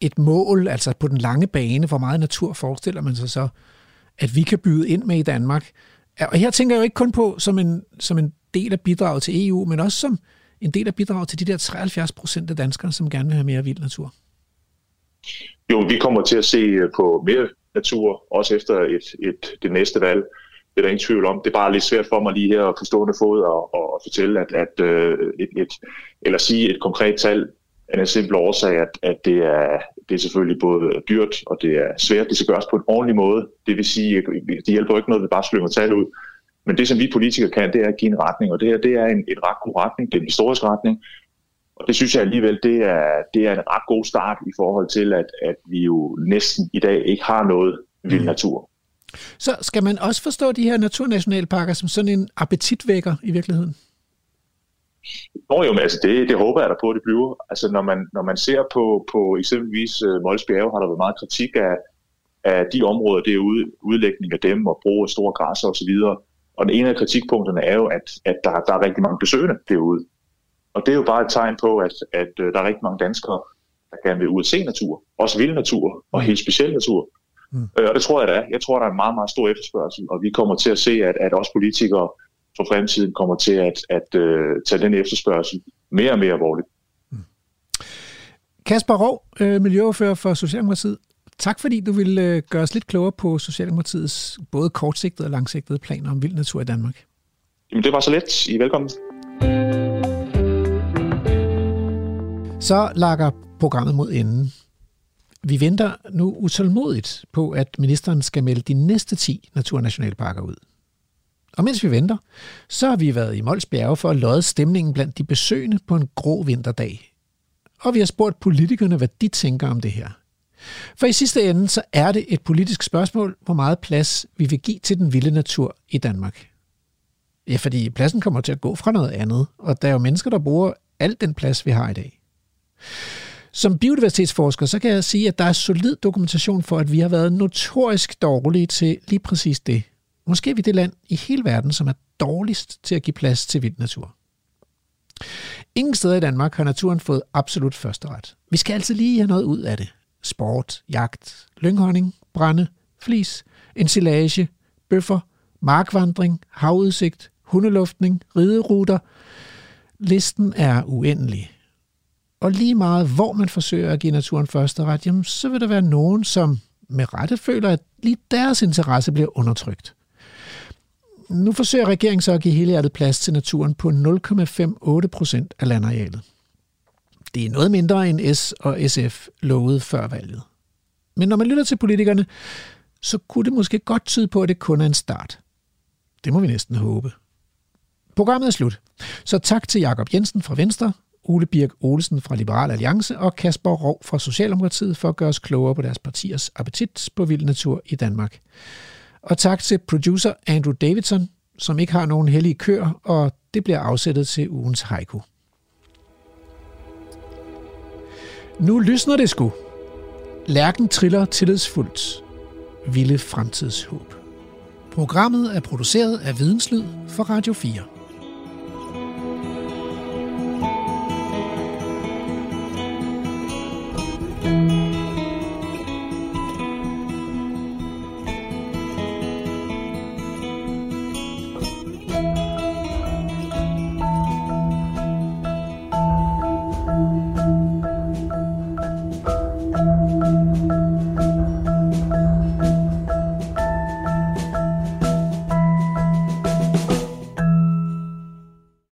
et mål, altså på den lange bane, hvor meget natur forestiller man sig så, at vi kan byde ind med i Danmark. Og her tænker jeg jo ikke kun på som en del af bidraget til EU, men også som en del af bidraget til de der 73% af danskere, som gerne vil have mere vild natur. Jo, vi kommer til at se på mere natur, også efter det næste valg. Det er der ingen tvivl om. Det er bare lidt svært for mig lige her på stående fod og fortælle, eller sige et konkret tal af en simpel årsag, at det er selvfølgelig både dyrt, og det er svært. Det skal gøres på en ordentlig måde. Det vil sige, det hjælper ikke noget, at vi bare slynger tal ud. Men det, som vi politikere kan, det er at give en retning, og det her, det er en ret god retning. Det er en historisk retning. Og det synes jeg alligevel, det er en ret god start i forhold til, at vi jo næsten i dag ikke har noget vild natur. Så skal man også forstå de her naturnationalparker som sådan en appetitvækker i virkeligheden? Jo, men altså det håber jeg da på, at det bliver. Altså når man ser på eksempelvis Mols Bjerge, har der været meget kritik af de områder, det er udlægning af dem og brug af store græsser osv. Og den ene af kritikpunkterne er jo, at der er rigtig mange besøgende derude. Og det er jo bare et tegn på, at der er rigtig mange danskere, der gerne vil ud og se natur. Også vild natur og helt speciel natur. Og det tror jeg, der er. Jeg tror, der er en meget, meget stor efterspørgsel, og vi kommer til at se, at også politikere for fremtiden kommer til at tage den efterspørgsel mere og mere alvorligt. Kasper Roug, miljøordfører for Socialdemokratiet. Tak fordi du ville gøre os lidt klogere på Socialdemokratiets både kortsigtede og langsigtede planer om vild natur i Danmark. Jamen det var så let. I er velkommen. Så lakker programmet mod enden. Vi venter nu utålmodigt på, at ministeren skal melde de næste 10 naturnationalparker ud. Og mens vi venter, så har vi været i Mols Bjerge for at lodde stemningen blandt de besøgende på en grå vinterdag. Og vi har spurgt politikerne, hvad de tænker om det her. For i sidste ende, så er det et politisk spørgsmål, hvor meget plads vi vil give til den vilde natur i Danmark. Ja, fordi pladsen kommer til at gå fra noget andet, og der er jo mennesker, der bruger al den plads, vi har i dag. Som biodiversitetsforsker, så kan jeg sige, at der er solid dokumentation for, at vi har været notorisk dårlige til lige præcis det. Måske er vi det land i hele verden, som er dårligst til at give plads til vild natur. Ingen steder i Danmark har naturen fået absolut førsteret. Vi skal altid lige have noget ud af det. Sport, jagt, lynghonning, brænde, flis, ensilage, bøffer, markvandring, havudsigt, hundeluftning, rideruter. Listen er uendelig. Og lige meget hvor man forsøger at give naturen førsteret, jamen, så vil der være nogen, som med rette føler, at lige deres interesse bliver undertrykt. Nu forsøger regeringen så at give helhjertet plads til naturen på 0,58% af landarealet. Det er noget mindre end S og SF lovede før valget. Men når man lytter til politikerne, så kunne det måske godt tyde på, at det kun er en start. Det må vi næsten håbe. Programmet er slut. Så tak til Jakob Jensen fra Venstre, Ole Birk Olesen fra Liberal Alliance og Kasper Roug fra Socialdemokratiet for at gøre os klogere på deres partiers appetit på vild natur i Danmark. Og tak til producer Andrew Davidson, som ikke har nogen hellige køer, og det bliver afsættet til ugens haiku. Nu lysner det sgu. Lærken triller tillidsfuldt. Vilde fremtidshåb. Programmet er produceret af Videnslyd for Radio 4.